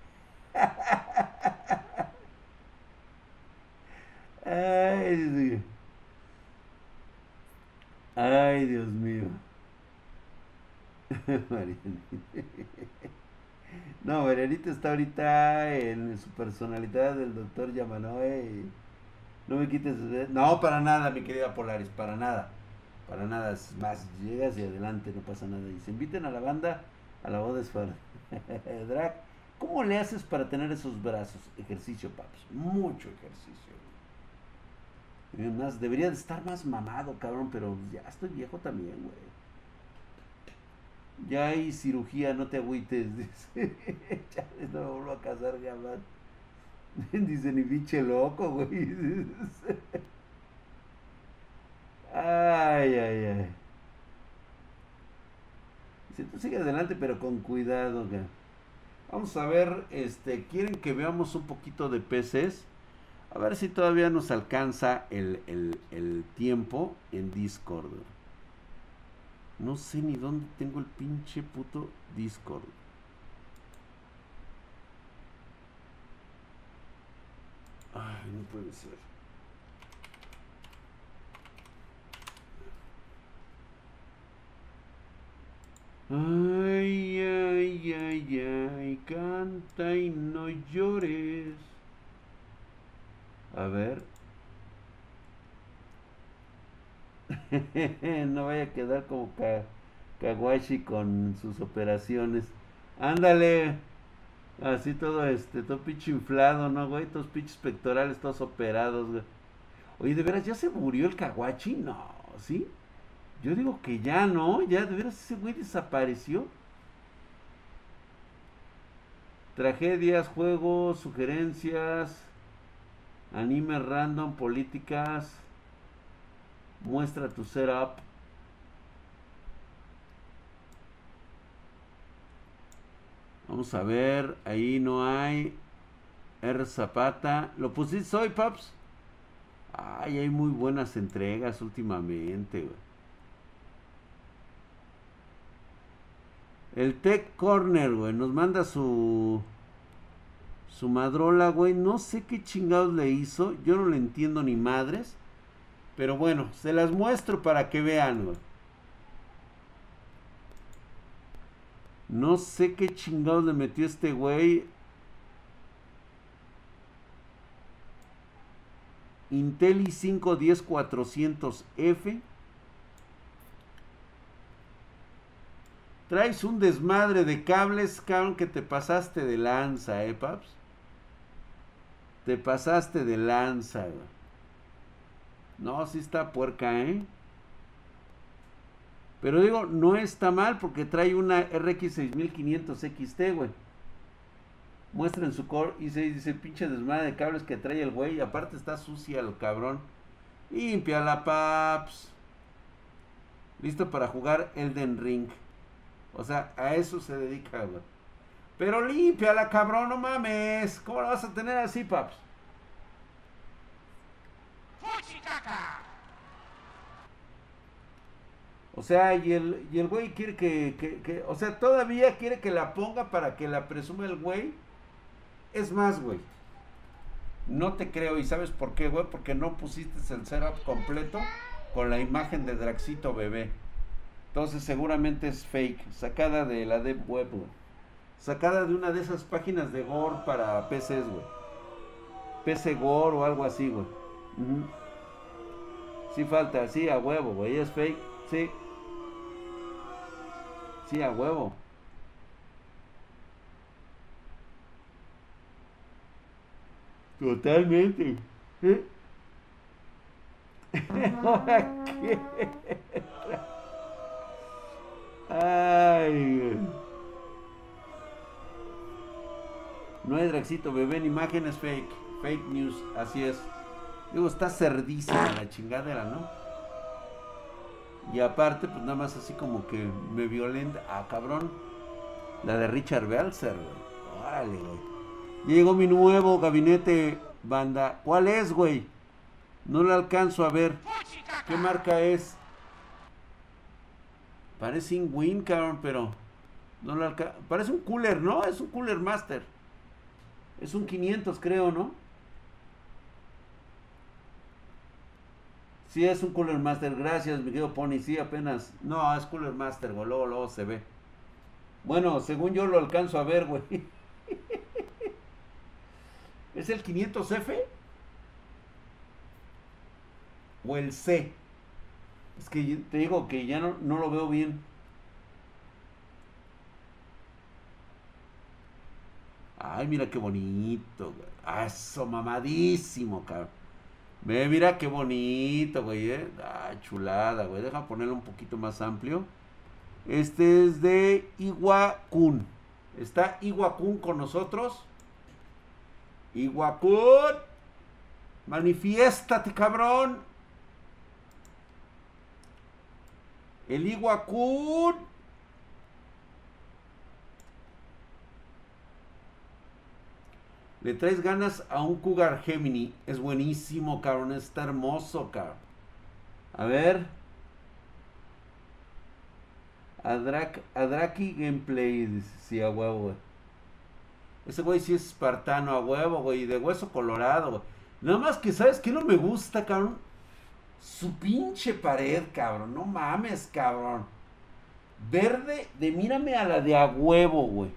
Ay, Dios. Ay, Dios mío. Marianita. No, Marianita está ahorita en su personalidad del doctor Yamanoe. No me quites. No, para nada, mi querida Polaris, para nada. Para nada, es más, llegas y adelante, no pasa nada. Y se inviten a la banda a la boda es Drag, ¿cómo le haces para tener esos brazos? Ejercicio, paps. Mucho ejercicio. Más, debería de estar más mamado, cabrón, pero ya estoy viejo también, güey. Ya hay cirugía, no te agüites. Dice, ya no me vuelvo a casar jamás. Dice, ni pinche loco, güey. Ay, ay, ay. Dice, tú sigue adelante, pero con cuidado, güey. Vamos a ver, este, ¿quieren que veamos un poquito de P Cs? A ver si todavía nos alcanza el, el, el tiempo en Discord. No sé ni dónde tengo el pinche puto Discord. Ay, no puede ser. Ay, ay, ay, ay, canta y no llores. A ver. No vaya a quedar como Ka Kawashi con sus operaciones. Ándale. Así todo este, todo pinche inflado, ¿no, güey? Todos pinches pectorales, todos operados, güey. Oye, ¿de veras ya se murió el Caguachi? No, ¿sí? Yo digo que ya, ¿no? Ya, ¿de veras ese güey desapareció? Tragedias, juegos, sugerencias, anime random, políticas, muestra tu setup. Vamos a ver, ahí no hay. R. Zapata. ¿Lo pusiste hoy, Paps? Ay, hay muy buenas entregas últimamente, güey. El Tech Corner, güey, nos manda su... Su madrola, güey. No sé qué chingados le hizo. Yo no le entiendo ni madres. Pero bueno, se las muestro para que vean, güey. No sé qué chingados le metió este güey. Intel i cinco diez cuatrocientos F. Traes un desmadre de cables, cabrón, que te pasaste de lanza, eh, paps. Te pasaste de lanza, güey. No, sí está puerca, eh. Pero digo, no está mal porque trae una R X seis mil quinientos X T, güey. Muestren su core y se dice pinche desmadre de cables que trae el güey. Aparte está sucia el cabrón. Límpiala, paps. Listo para jugar Elden Ring. O sea, a eso se dedica, güey. Pero límpiala, cabrón, no mames. ¿Cómo la vas a tener así, paps? O sea, y el, y el güey quiere que, que, que, o sea, todavía quiere que la ponga para que la presume el güey. Es más, güey, no te creo. ¿Y sabes por qué, güey? Porque no pusiste el setup completo con la imagen de Draxito bebé. Entonces seguramente es fake, sacada de la Deep Web, güey. Sacada de una de esas páginas de gore para P Cs, güey. P C Gore o algo así, güey. Uh-huh. Sí falta, sí, a huevo, güey, es fake, sí. Sí, a huevo. Totalmente. ¿Eh? Ay. No hay Draxito bebé en imágenes fake. Fake news, así es. Digo, está cerdísima la chingadera, ¿no? Y aparte, pues nada más así como que me violenta. Ah, cabrón. La de Richard Belzer, güey. Órale, güey. Llegó mi nuevo gabinete, banda. ¿Cuál es, güey? No lo alcanzo a ver. ¿Qué marca es? Parece un Win, cabrón, pero no lo alcanzo. Parece un Cooler, ¿no? Es un Cooler Master. Es un quinientos, creo, ¿no? Sí, es un Cooler Master. Gracias, mi querido Pony. Sí, apenas. No, es Cooler Master, güey. Luego, luego se ve. Bueno, según yo lo alcanzo a ver, güey. ¿Es el quinientos F? ¿O el C? Es que te digo que ya no, no lo veo bien. Ay, mira qué bonito, güey. Ah, eso, mamadísimo, cabrón. Ve, mira qué bonito, güey, eh. Ah, chulada, güey. Deja ponerlo un poquito más amplio. Este es de Iwakun. Está Iwakun con nosotros. Iwakun. Manifiéstate, cabrón. El Iwakun. Le traes ganas a un Cougar Gemini. Es buenísimo, cabrón. Está hermoso, cabrón. A ver. Adrak, Adraki Gameplay. Dice, sí, a huevo, güey. Ese güey sí es espartano, a huevo, güey. De hueso colorado, güey. Nada más que, ¿sabes qué no me gusta, cabrón? Su pinche pared, cabrón. No mames, cabrón. Verde de mírame a la de a huevo, güey.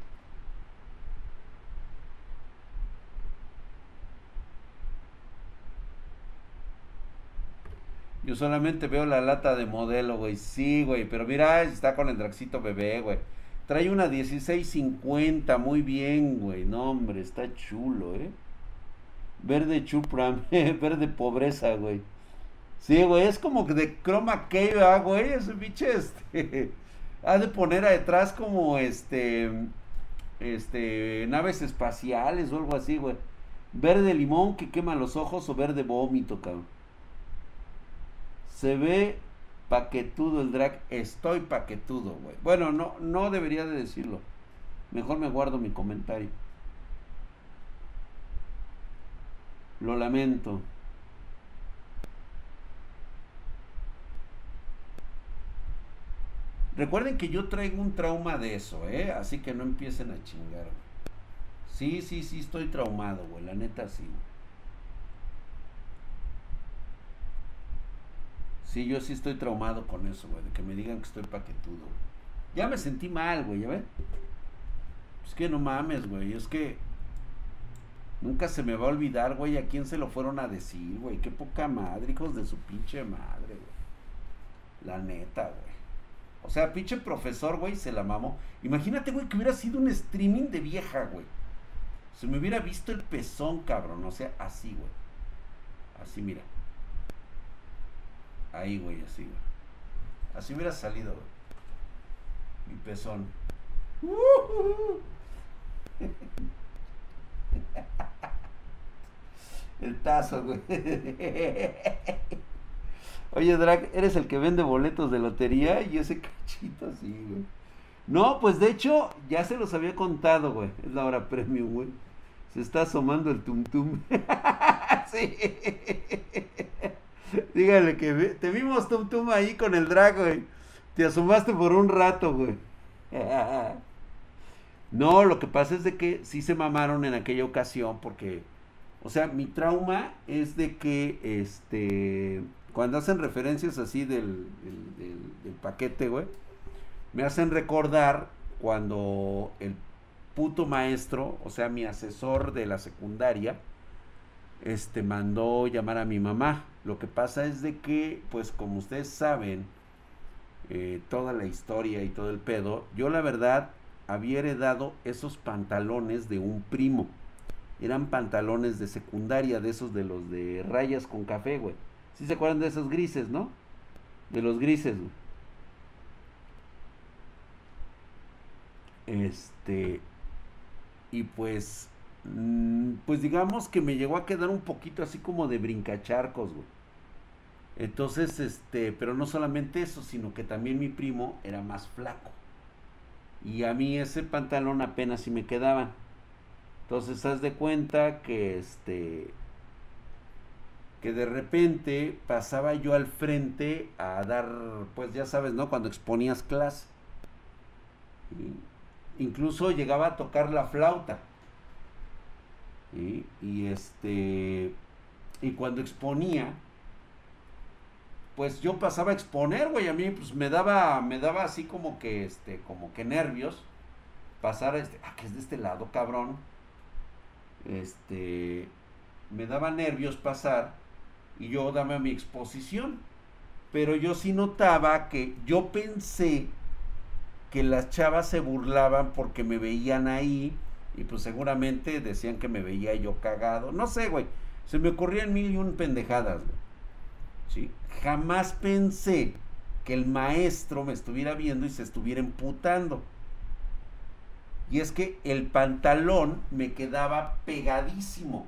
Yo solamente veo la lata de modelo, güey. Sí, güey. Pero mira, está con el Draxito bebé, güey. Trae una dieciséis cincuenta, muy bien, güey. No, hombre, está chulo, ¿eh? Verde chupram, verde pobreza, güey. Sí, güey, es como que de chroma key, ¿verdad, güey? Ese pinche, este... Ha de poner detrás como, este... Este... Naves espaciales o algo así, güey. Verde limón que quema los ojos o verde vómito, cabrón. Se ve paquetudo el drag. Estoy paquetudo, güey. Bueno, no, no debería de decirlo. Mejor me guardo mi comentario. Lo lamento. Recuerden que yo traigo un trauma de eso, ¿eh? Así que no empiecen a chingar, güey. Sí, sí, sí, estoy traumado, güey. La neta, sí. Sí, yo sí estoy traumado con eso, güey. De que me digan que estoy paquetudo, güey. Ya me sentí mal, güey, ¿ya ven? Es que no mames, güey. Es que nunca se me va a olvidar, güey, a quién se lo fueron a decir, güey. Qué poca madre, hijos de su pinche madre, güey. La neta, güey. O sea, pinche profesor, güey, se la mamó. Imagínate, güey, que hubiera sido un streaming de vieja, güey. Se me hubiera visto el pezón, cabrón. O sea, así, güey. Así, mira. Ahí, güey, así, güey. Así hubiera salido, güey. Mi pezón. El tazo, güey. Oye, Drag, ¿eres el que vende boletos de lotería? Y ese cachito así, güey. No, pues de hecho, ya se los había contado, güey. Es la hora premium, güey. Se está asomando el tum tum. Sí. Dígale que ve- te vimos tum tum ahí con el Drag, güey. Te asomaste por un rato, güey. No, lo que pasa es de que sí se mamaron en aquella ocasión porque, o sea, mi trauma es de que, este, cuando hacen referencias así del, del, del- del paquete, güey, me hacen recordar cuando el puto maestro, o sea, mi asesor de la secundaria, este, mandó llamar a mi mamá. Lo que pasa es de que, pues, como ustedes saben, eh, toda la historia y todo el pedo, yo la verdad había heredado esos pantalones de un primo. Eran pantalones de secundaria, de esos de los de rayas con café, güey. ¿Sí se acuerdan de esos grises, no? De los grises, güey. Este, y pues, mm, pues digamos que me llegó a quedar un poquito así como de brincacharcos, güey. Entonces, este, pero no solamente eso, sino que también mi primo era más flaco. Y a mí ese pantalón apenas si me quedaban. Entonces, haz de cuenta que este, que de repente pasaba yo al frente a dar, pues ya sabes, ¿no? Cuando exponías clase. Y incluso llegaba a tocar la flauta. ¿Sí? Y este, y cuando exponía, pues yo pasaba a exponer, güey, a mí pues me daba, me daba así como que, este, como que nervios, pasar, este, ah, que es de este lado, cabrón, este, me daba nervios pasar y yo daba mi exposición, pero yo sí notaba que yo pensé que las chavas se burlaban porque me veían ahí y pues seguramente decían que me veía yo cagado, no sé, güey, se me ocurrían mil y un pendejadas, güey. ¿Sí? Jamás pensé que el maestro me estuviera viendo y se estuviera emputando. Y es que el pantalón me quedaba pegadísimo.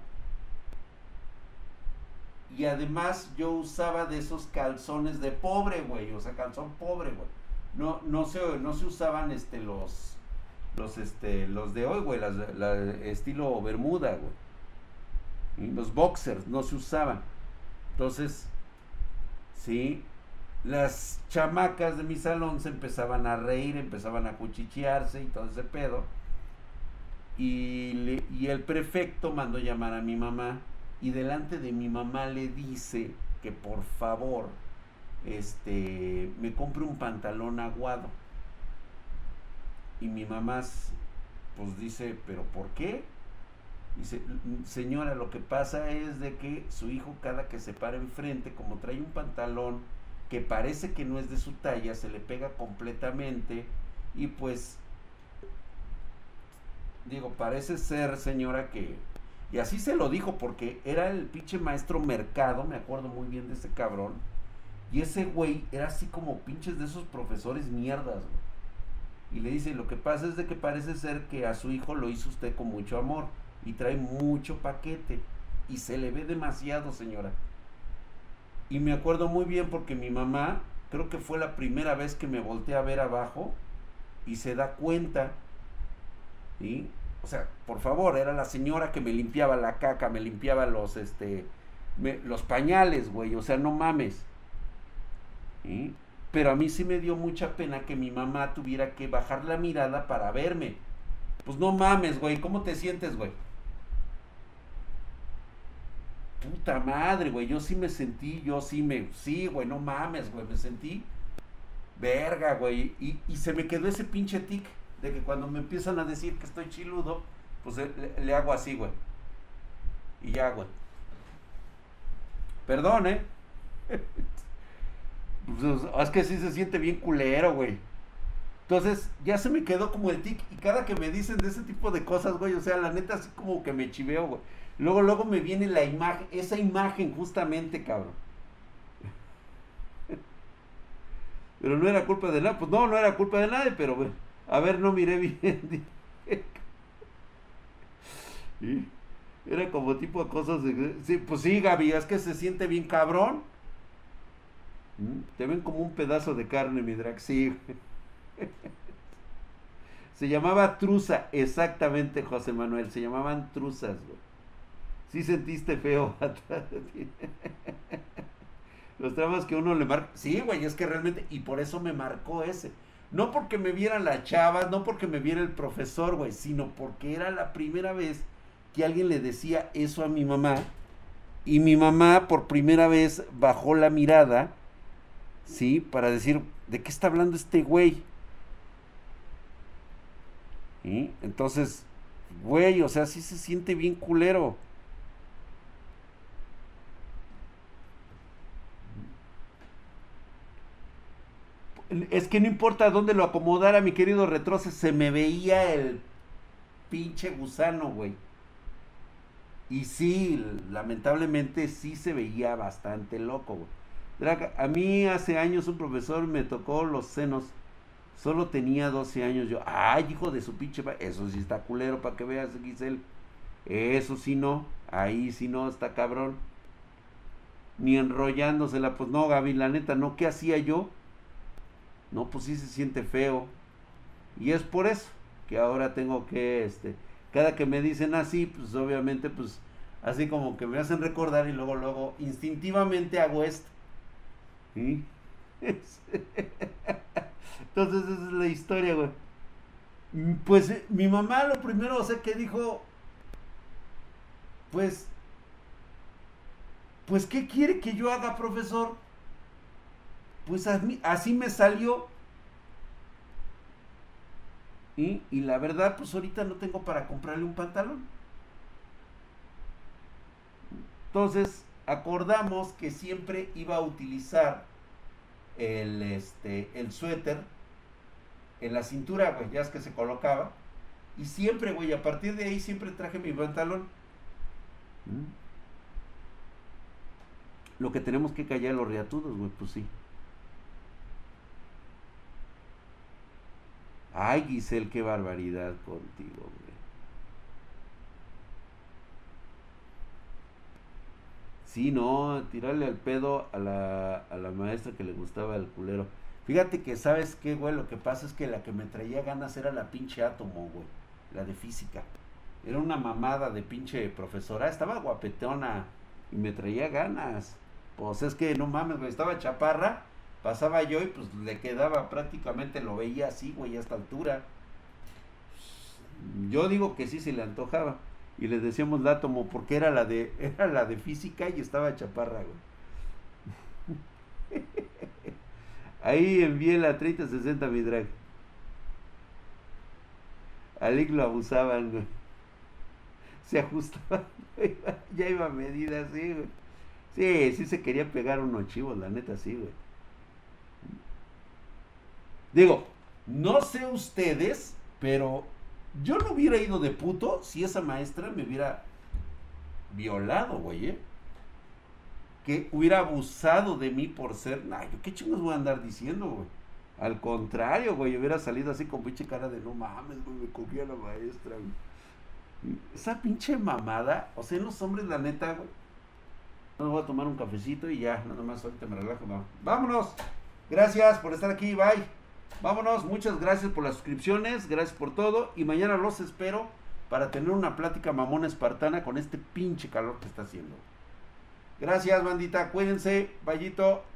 Y además yo usaba de esos calzones de pobre, güey. O sea, calzón pobre, güey. No, no se, no se usaban este, los, los, este, los de hoy, güey. Las, la, estilo bermuda, güey. Y los boxers no se usaban. Entonces, sí, las chamacas de mi salón se empezaban a reír, empezaban a cuchichearse y todo ese pedo. Y, le, y el prefecto mandó llamar a mi mamá y delante de mi mamá le dice que por favor este, me compre un pantalón aguado. Y mi mamá pues dice, ¿pero por qué? Dice, señora, lo que pasa es de que su hijo cada que se para enfrente, como trae un pantalón que parece que no es de su talla, se le pega completamente y pues digo, parece ser, señora, que... Y así se lo dijo, porque era el pinche maestro Mercado, me acuerdo muy bien de ese cabrón. Y ese güey era así como pinches de esos profesores mierdas, güey. Y le dice, lo que pasa es de que parece ser que a su hijo lo hizo usted con mucho amor. Y trae mucho paquete. Y se le ve demasiado, señora. Y me acuerdo muy bien porque mi mamá, creo que fue la primera vez que me volteé a ver abajo. Y se da cuenta, ¿sí? O sea, por favor, era la señora que me limpiaba la caca, me limpiaba los, este, me, los pañales, güey, o sea, no mames. ¿Sí? Pero a mí sí me dio mucha pena que mi mamá tuviera que bajar la mirada para verme. Pues no mames, güey, ¿cómo te sientes, güey? Puta madre, güey, yo sí me sentí, yo sí me, sí, güey, no mames, güey, me sentí verga, güey, y, y se me quedó ese pinche tic de que cuando me empiezan a decir que estoy chiludo, pues le, le hago así, güey. Y ya, güey. Perdón, ¿eh? Pues, es que sí se siente bien culero, güey. Entonces, ya se me quedó como el tic. Y cada que me dicen de ese tipo de cosas, güey, o sea, la neta, así como que me chiveo, güey. Luego, luego me viene la imagen, esa imagen justamente, cabrón. Pero no era culpa de nada. Pues no, no era culpa de nadie, pero, güey. A ver, no miré bien. ¿Sí? Era como tipo de cosas de... Sí, pues sí, Gaby, es que se siente bien cabrón. ¿Mm? Te ven como un pedazo de carne, mi drag. Sí. Se llamaba truza, exactamente, José Manuel. Se llamaban truzas, güey. Sí sentiste feo. Los tramos que uno le marca. Sí, güey, es que realmente... Y por eso me marcó ese. No porque me vieran las chavas, no porque me viera el profesor, güey, sino porque era la primera vez que alguien le decía eso a mi mamá. Y mi mamá por primera vez bajó la mirada, ¿sí? Para decir, ¿de qué está hablando este güey? ¿Sí? Entonces, güey, o sea, sí se siente bien culero. Es que no importa dónde lo acomodara, mi querido Retroce, se me veía el pinche gusano, güey. Y sí, lamentablemente sí se veía bastante loco, güey. Draga, a mí hace años un profesor me tocó los senos. Solo tenía doce años. Yo, ay, hijo de su pinche... Eso sí está culero, para que veas, Giselle. Eso sí no. Ahí sí no, está cabrón. Ni enrollándosela. Pues no, Gaby, la neta, no. ¿Qué hacía yo? No, pues sí se siente feo. Y es por eso que ahora tengo que, este, cada que me dicen así, pues obviamente, pues, así como que me hacen recordar y luego, luego, instintivamente hago esto. ¿Sí? Entonces esa es la historia, güey. Pues eh, mi mamá lo primero, o sea, que dijo, pues, pues, ¿qué quiere que yo haga, profesor? Pues así, así me salió. ¿Sí? Y la verdad, pues ahorita no tengo para comprarle un pantalón. Entonces, acordamos que siempre iba a utilizar el, este, el suéter en la cintura, güey, ya es que se colocaba. Y siempre, güey, a partir de ahí siempre traje mi pantalón. ¿Mm? Lo que tenemos que callar los riatudos, güey, pues sí. Ay, Giselle, qué barbaridad contigo, güey. Sí, no, tirarle al pedo a la, a la maestra que le gustaba el culero. Fíjate que, ¿sabes qué, güey? Lo que pasa es que la que me traía ganas era la pinche Átomo, güey. La de física. Era una mamada de pinche profesora. Estaba guapetona y me traía ganas. Pues es que, no mames, güey, estaba chaparra. Pasaba yo y pues le quedaba prácticamente, lo veía así, güey, a esta altura. Yo digo que sí se le antojaba. Y le decíamos la Átomo porque era la de, era la de física y estaba chaparra, güey. Ahí envié la treinta sesenta, mi drag. A Lick lo abusaban, güey. Se ajustaba, güey. Ya iba a medida así, güey. Sí, sí se quería pegar unos chivos, la neta, sí, güey. Digo, no sé ustedes, pero Yo no hubiera ido de puto si esa maestra me hubiera violado, güey, ¿eh? Que hubiera abusado de mí por ser... Nah, yo qué chingos voy a andar diciendo, güey. Al contrario, güey, hubiera salido así con pinche cara de no mames, güey, me cogí a la maestra, güey. Esa pinche mamada, o sea, en los hombres, la neta, güey. No voy a tomar un cafecito y ya, nada más ahorita me relajo, no. Vámonos. Gracias por estar aquí, bye. Vámonos, muchas gracias por las suscripciones, gracias por todo. Y mañana los espero para tener una plática mamona espartana con este pinche calor que está haciendo. Gracias, bandita, cuídense, vallito.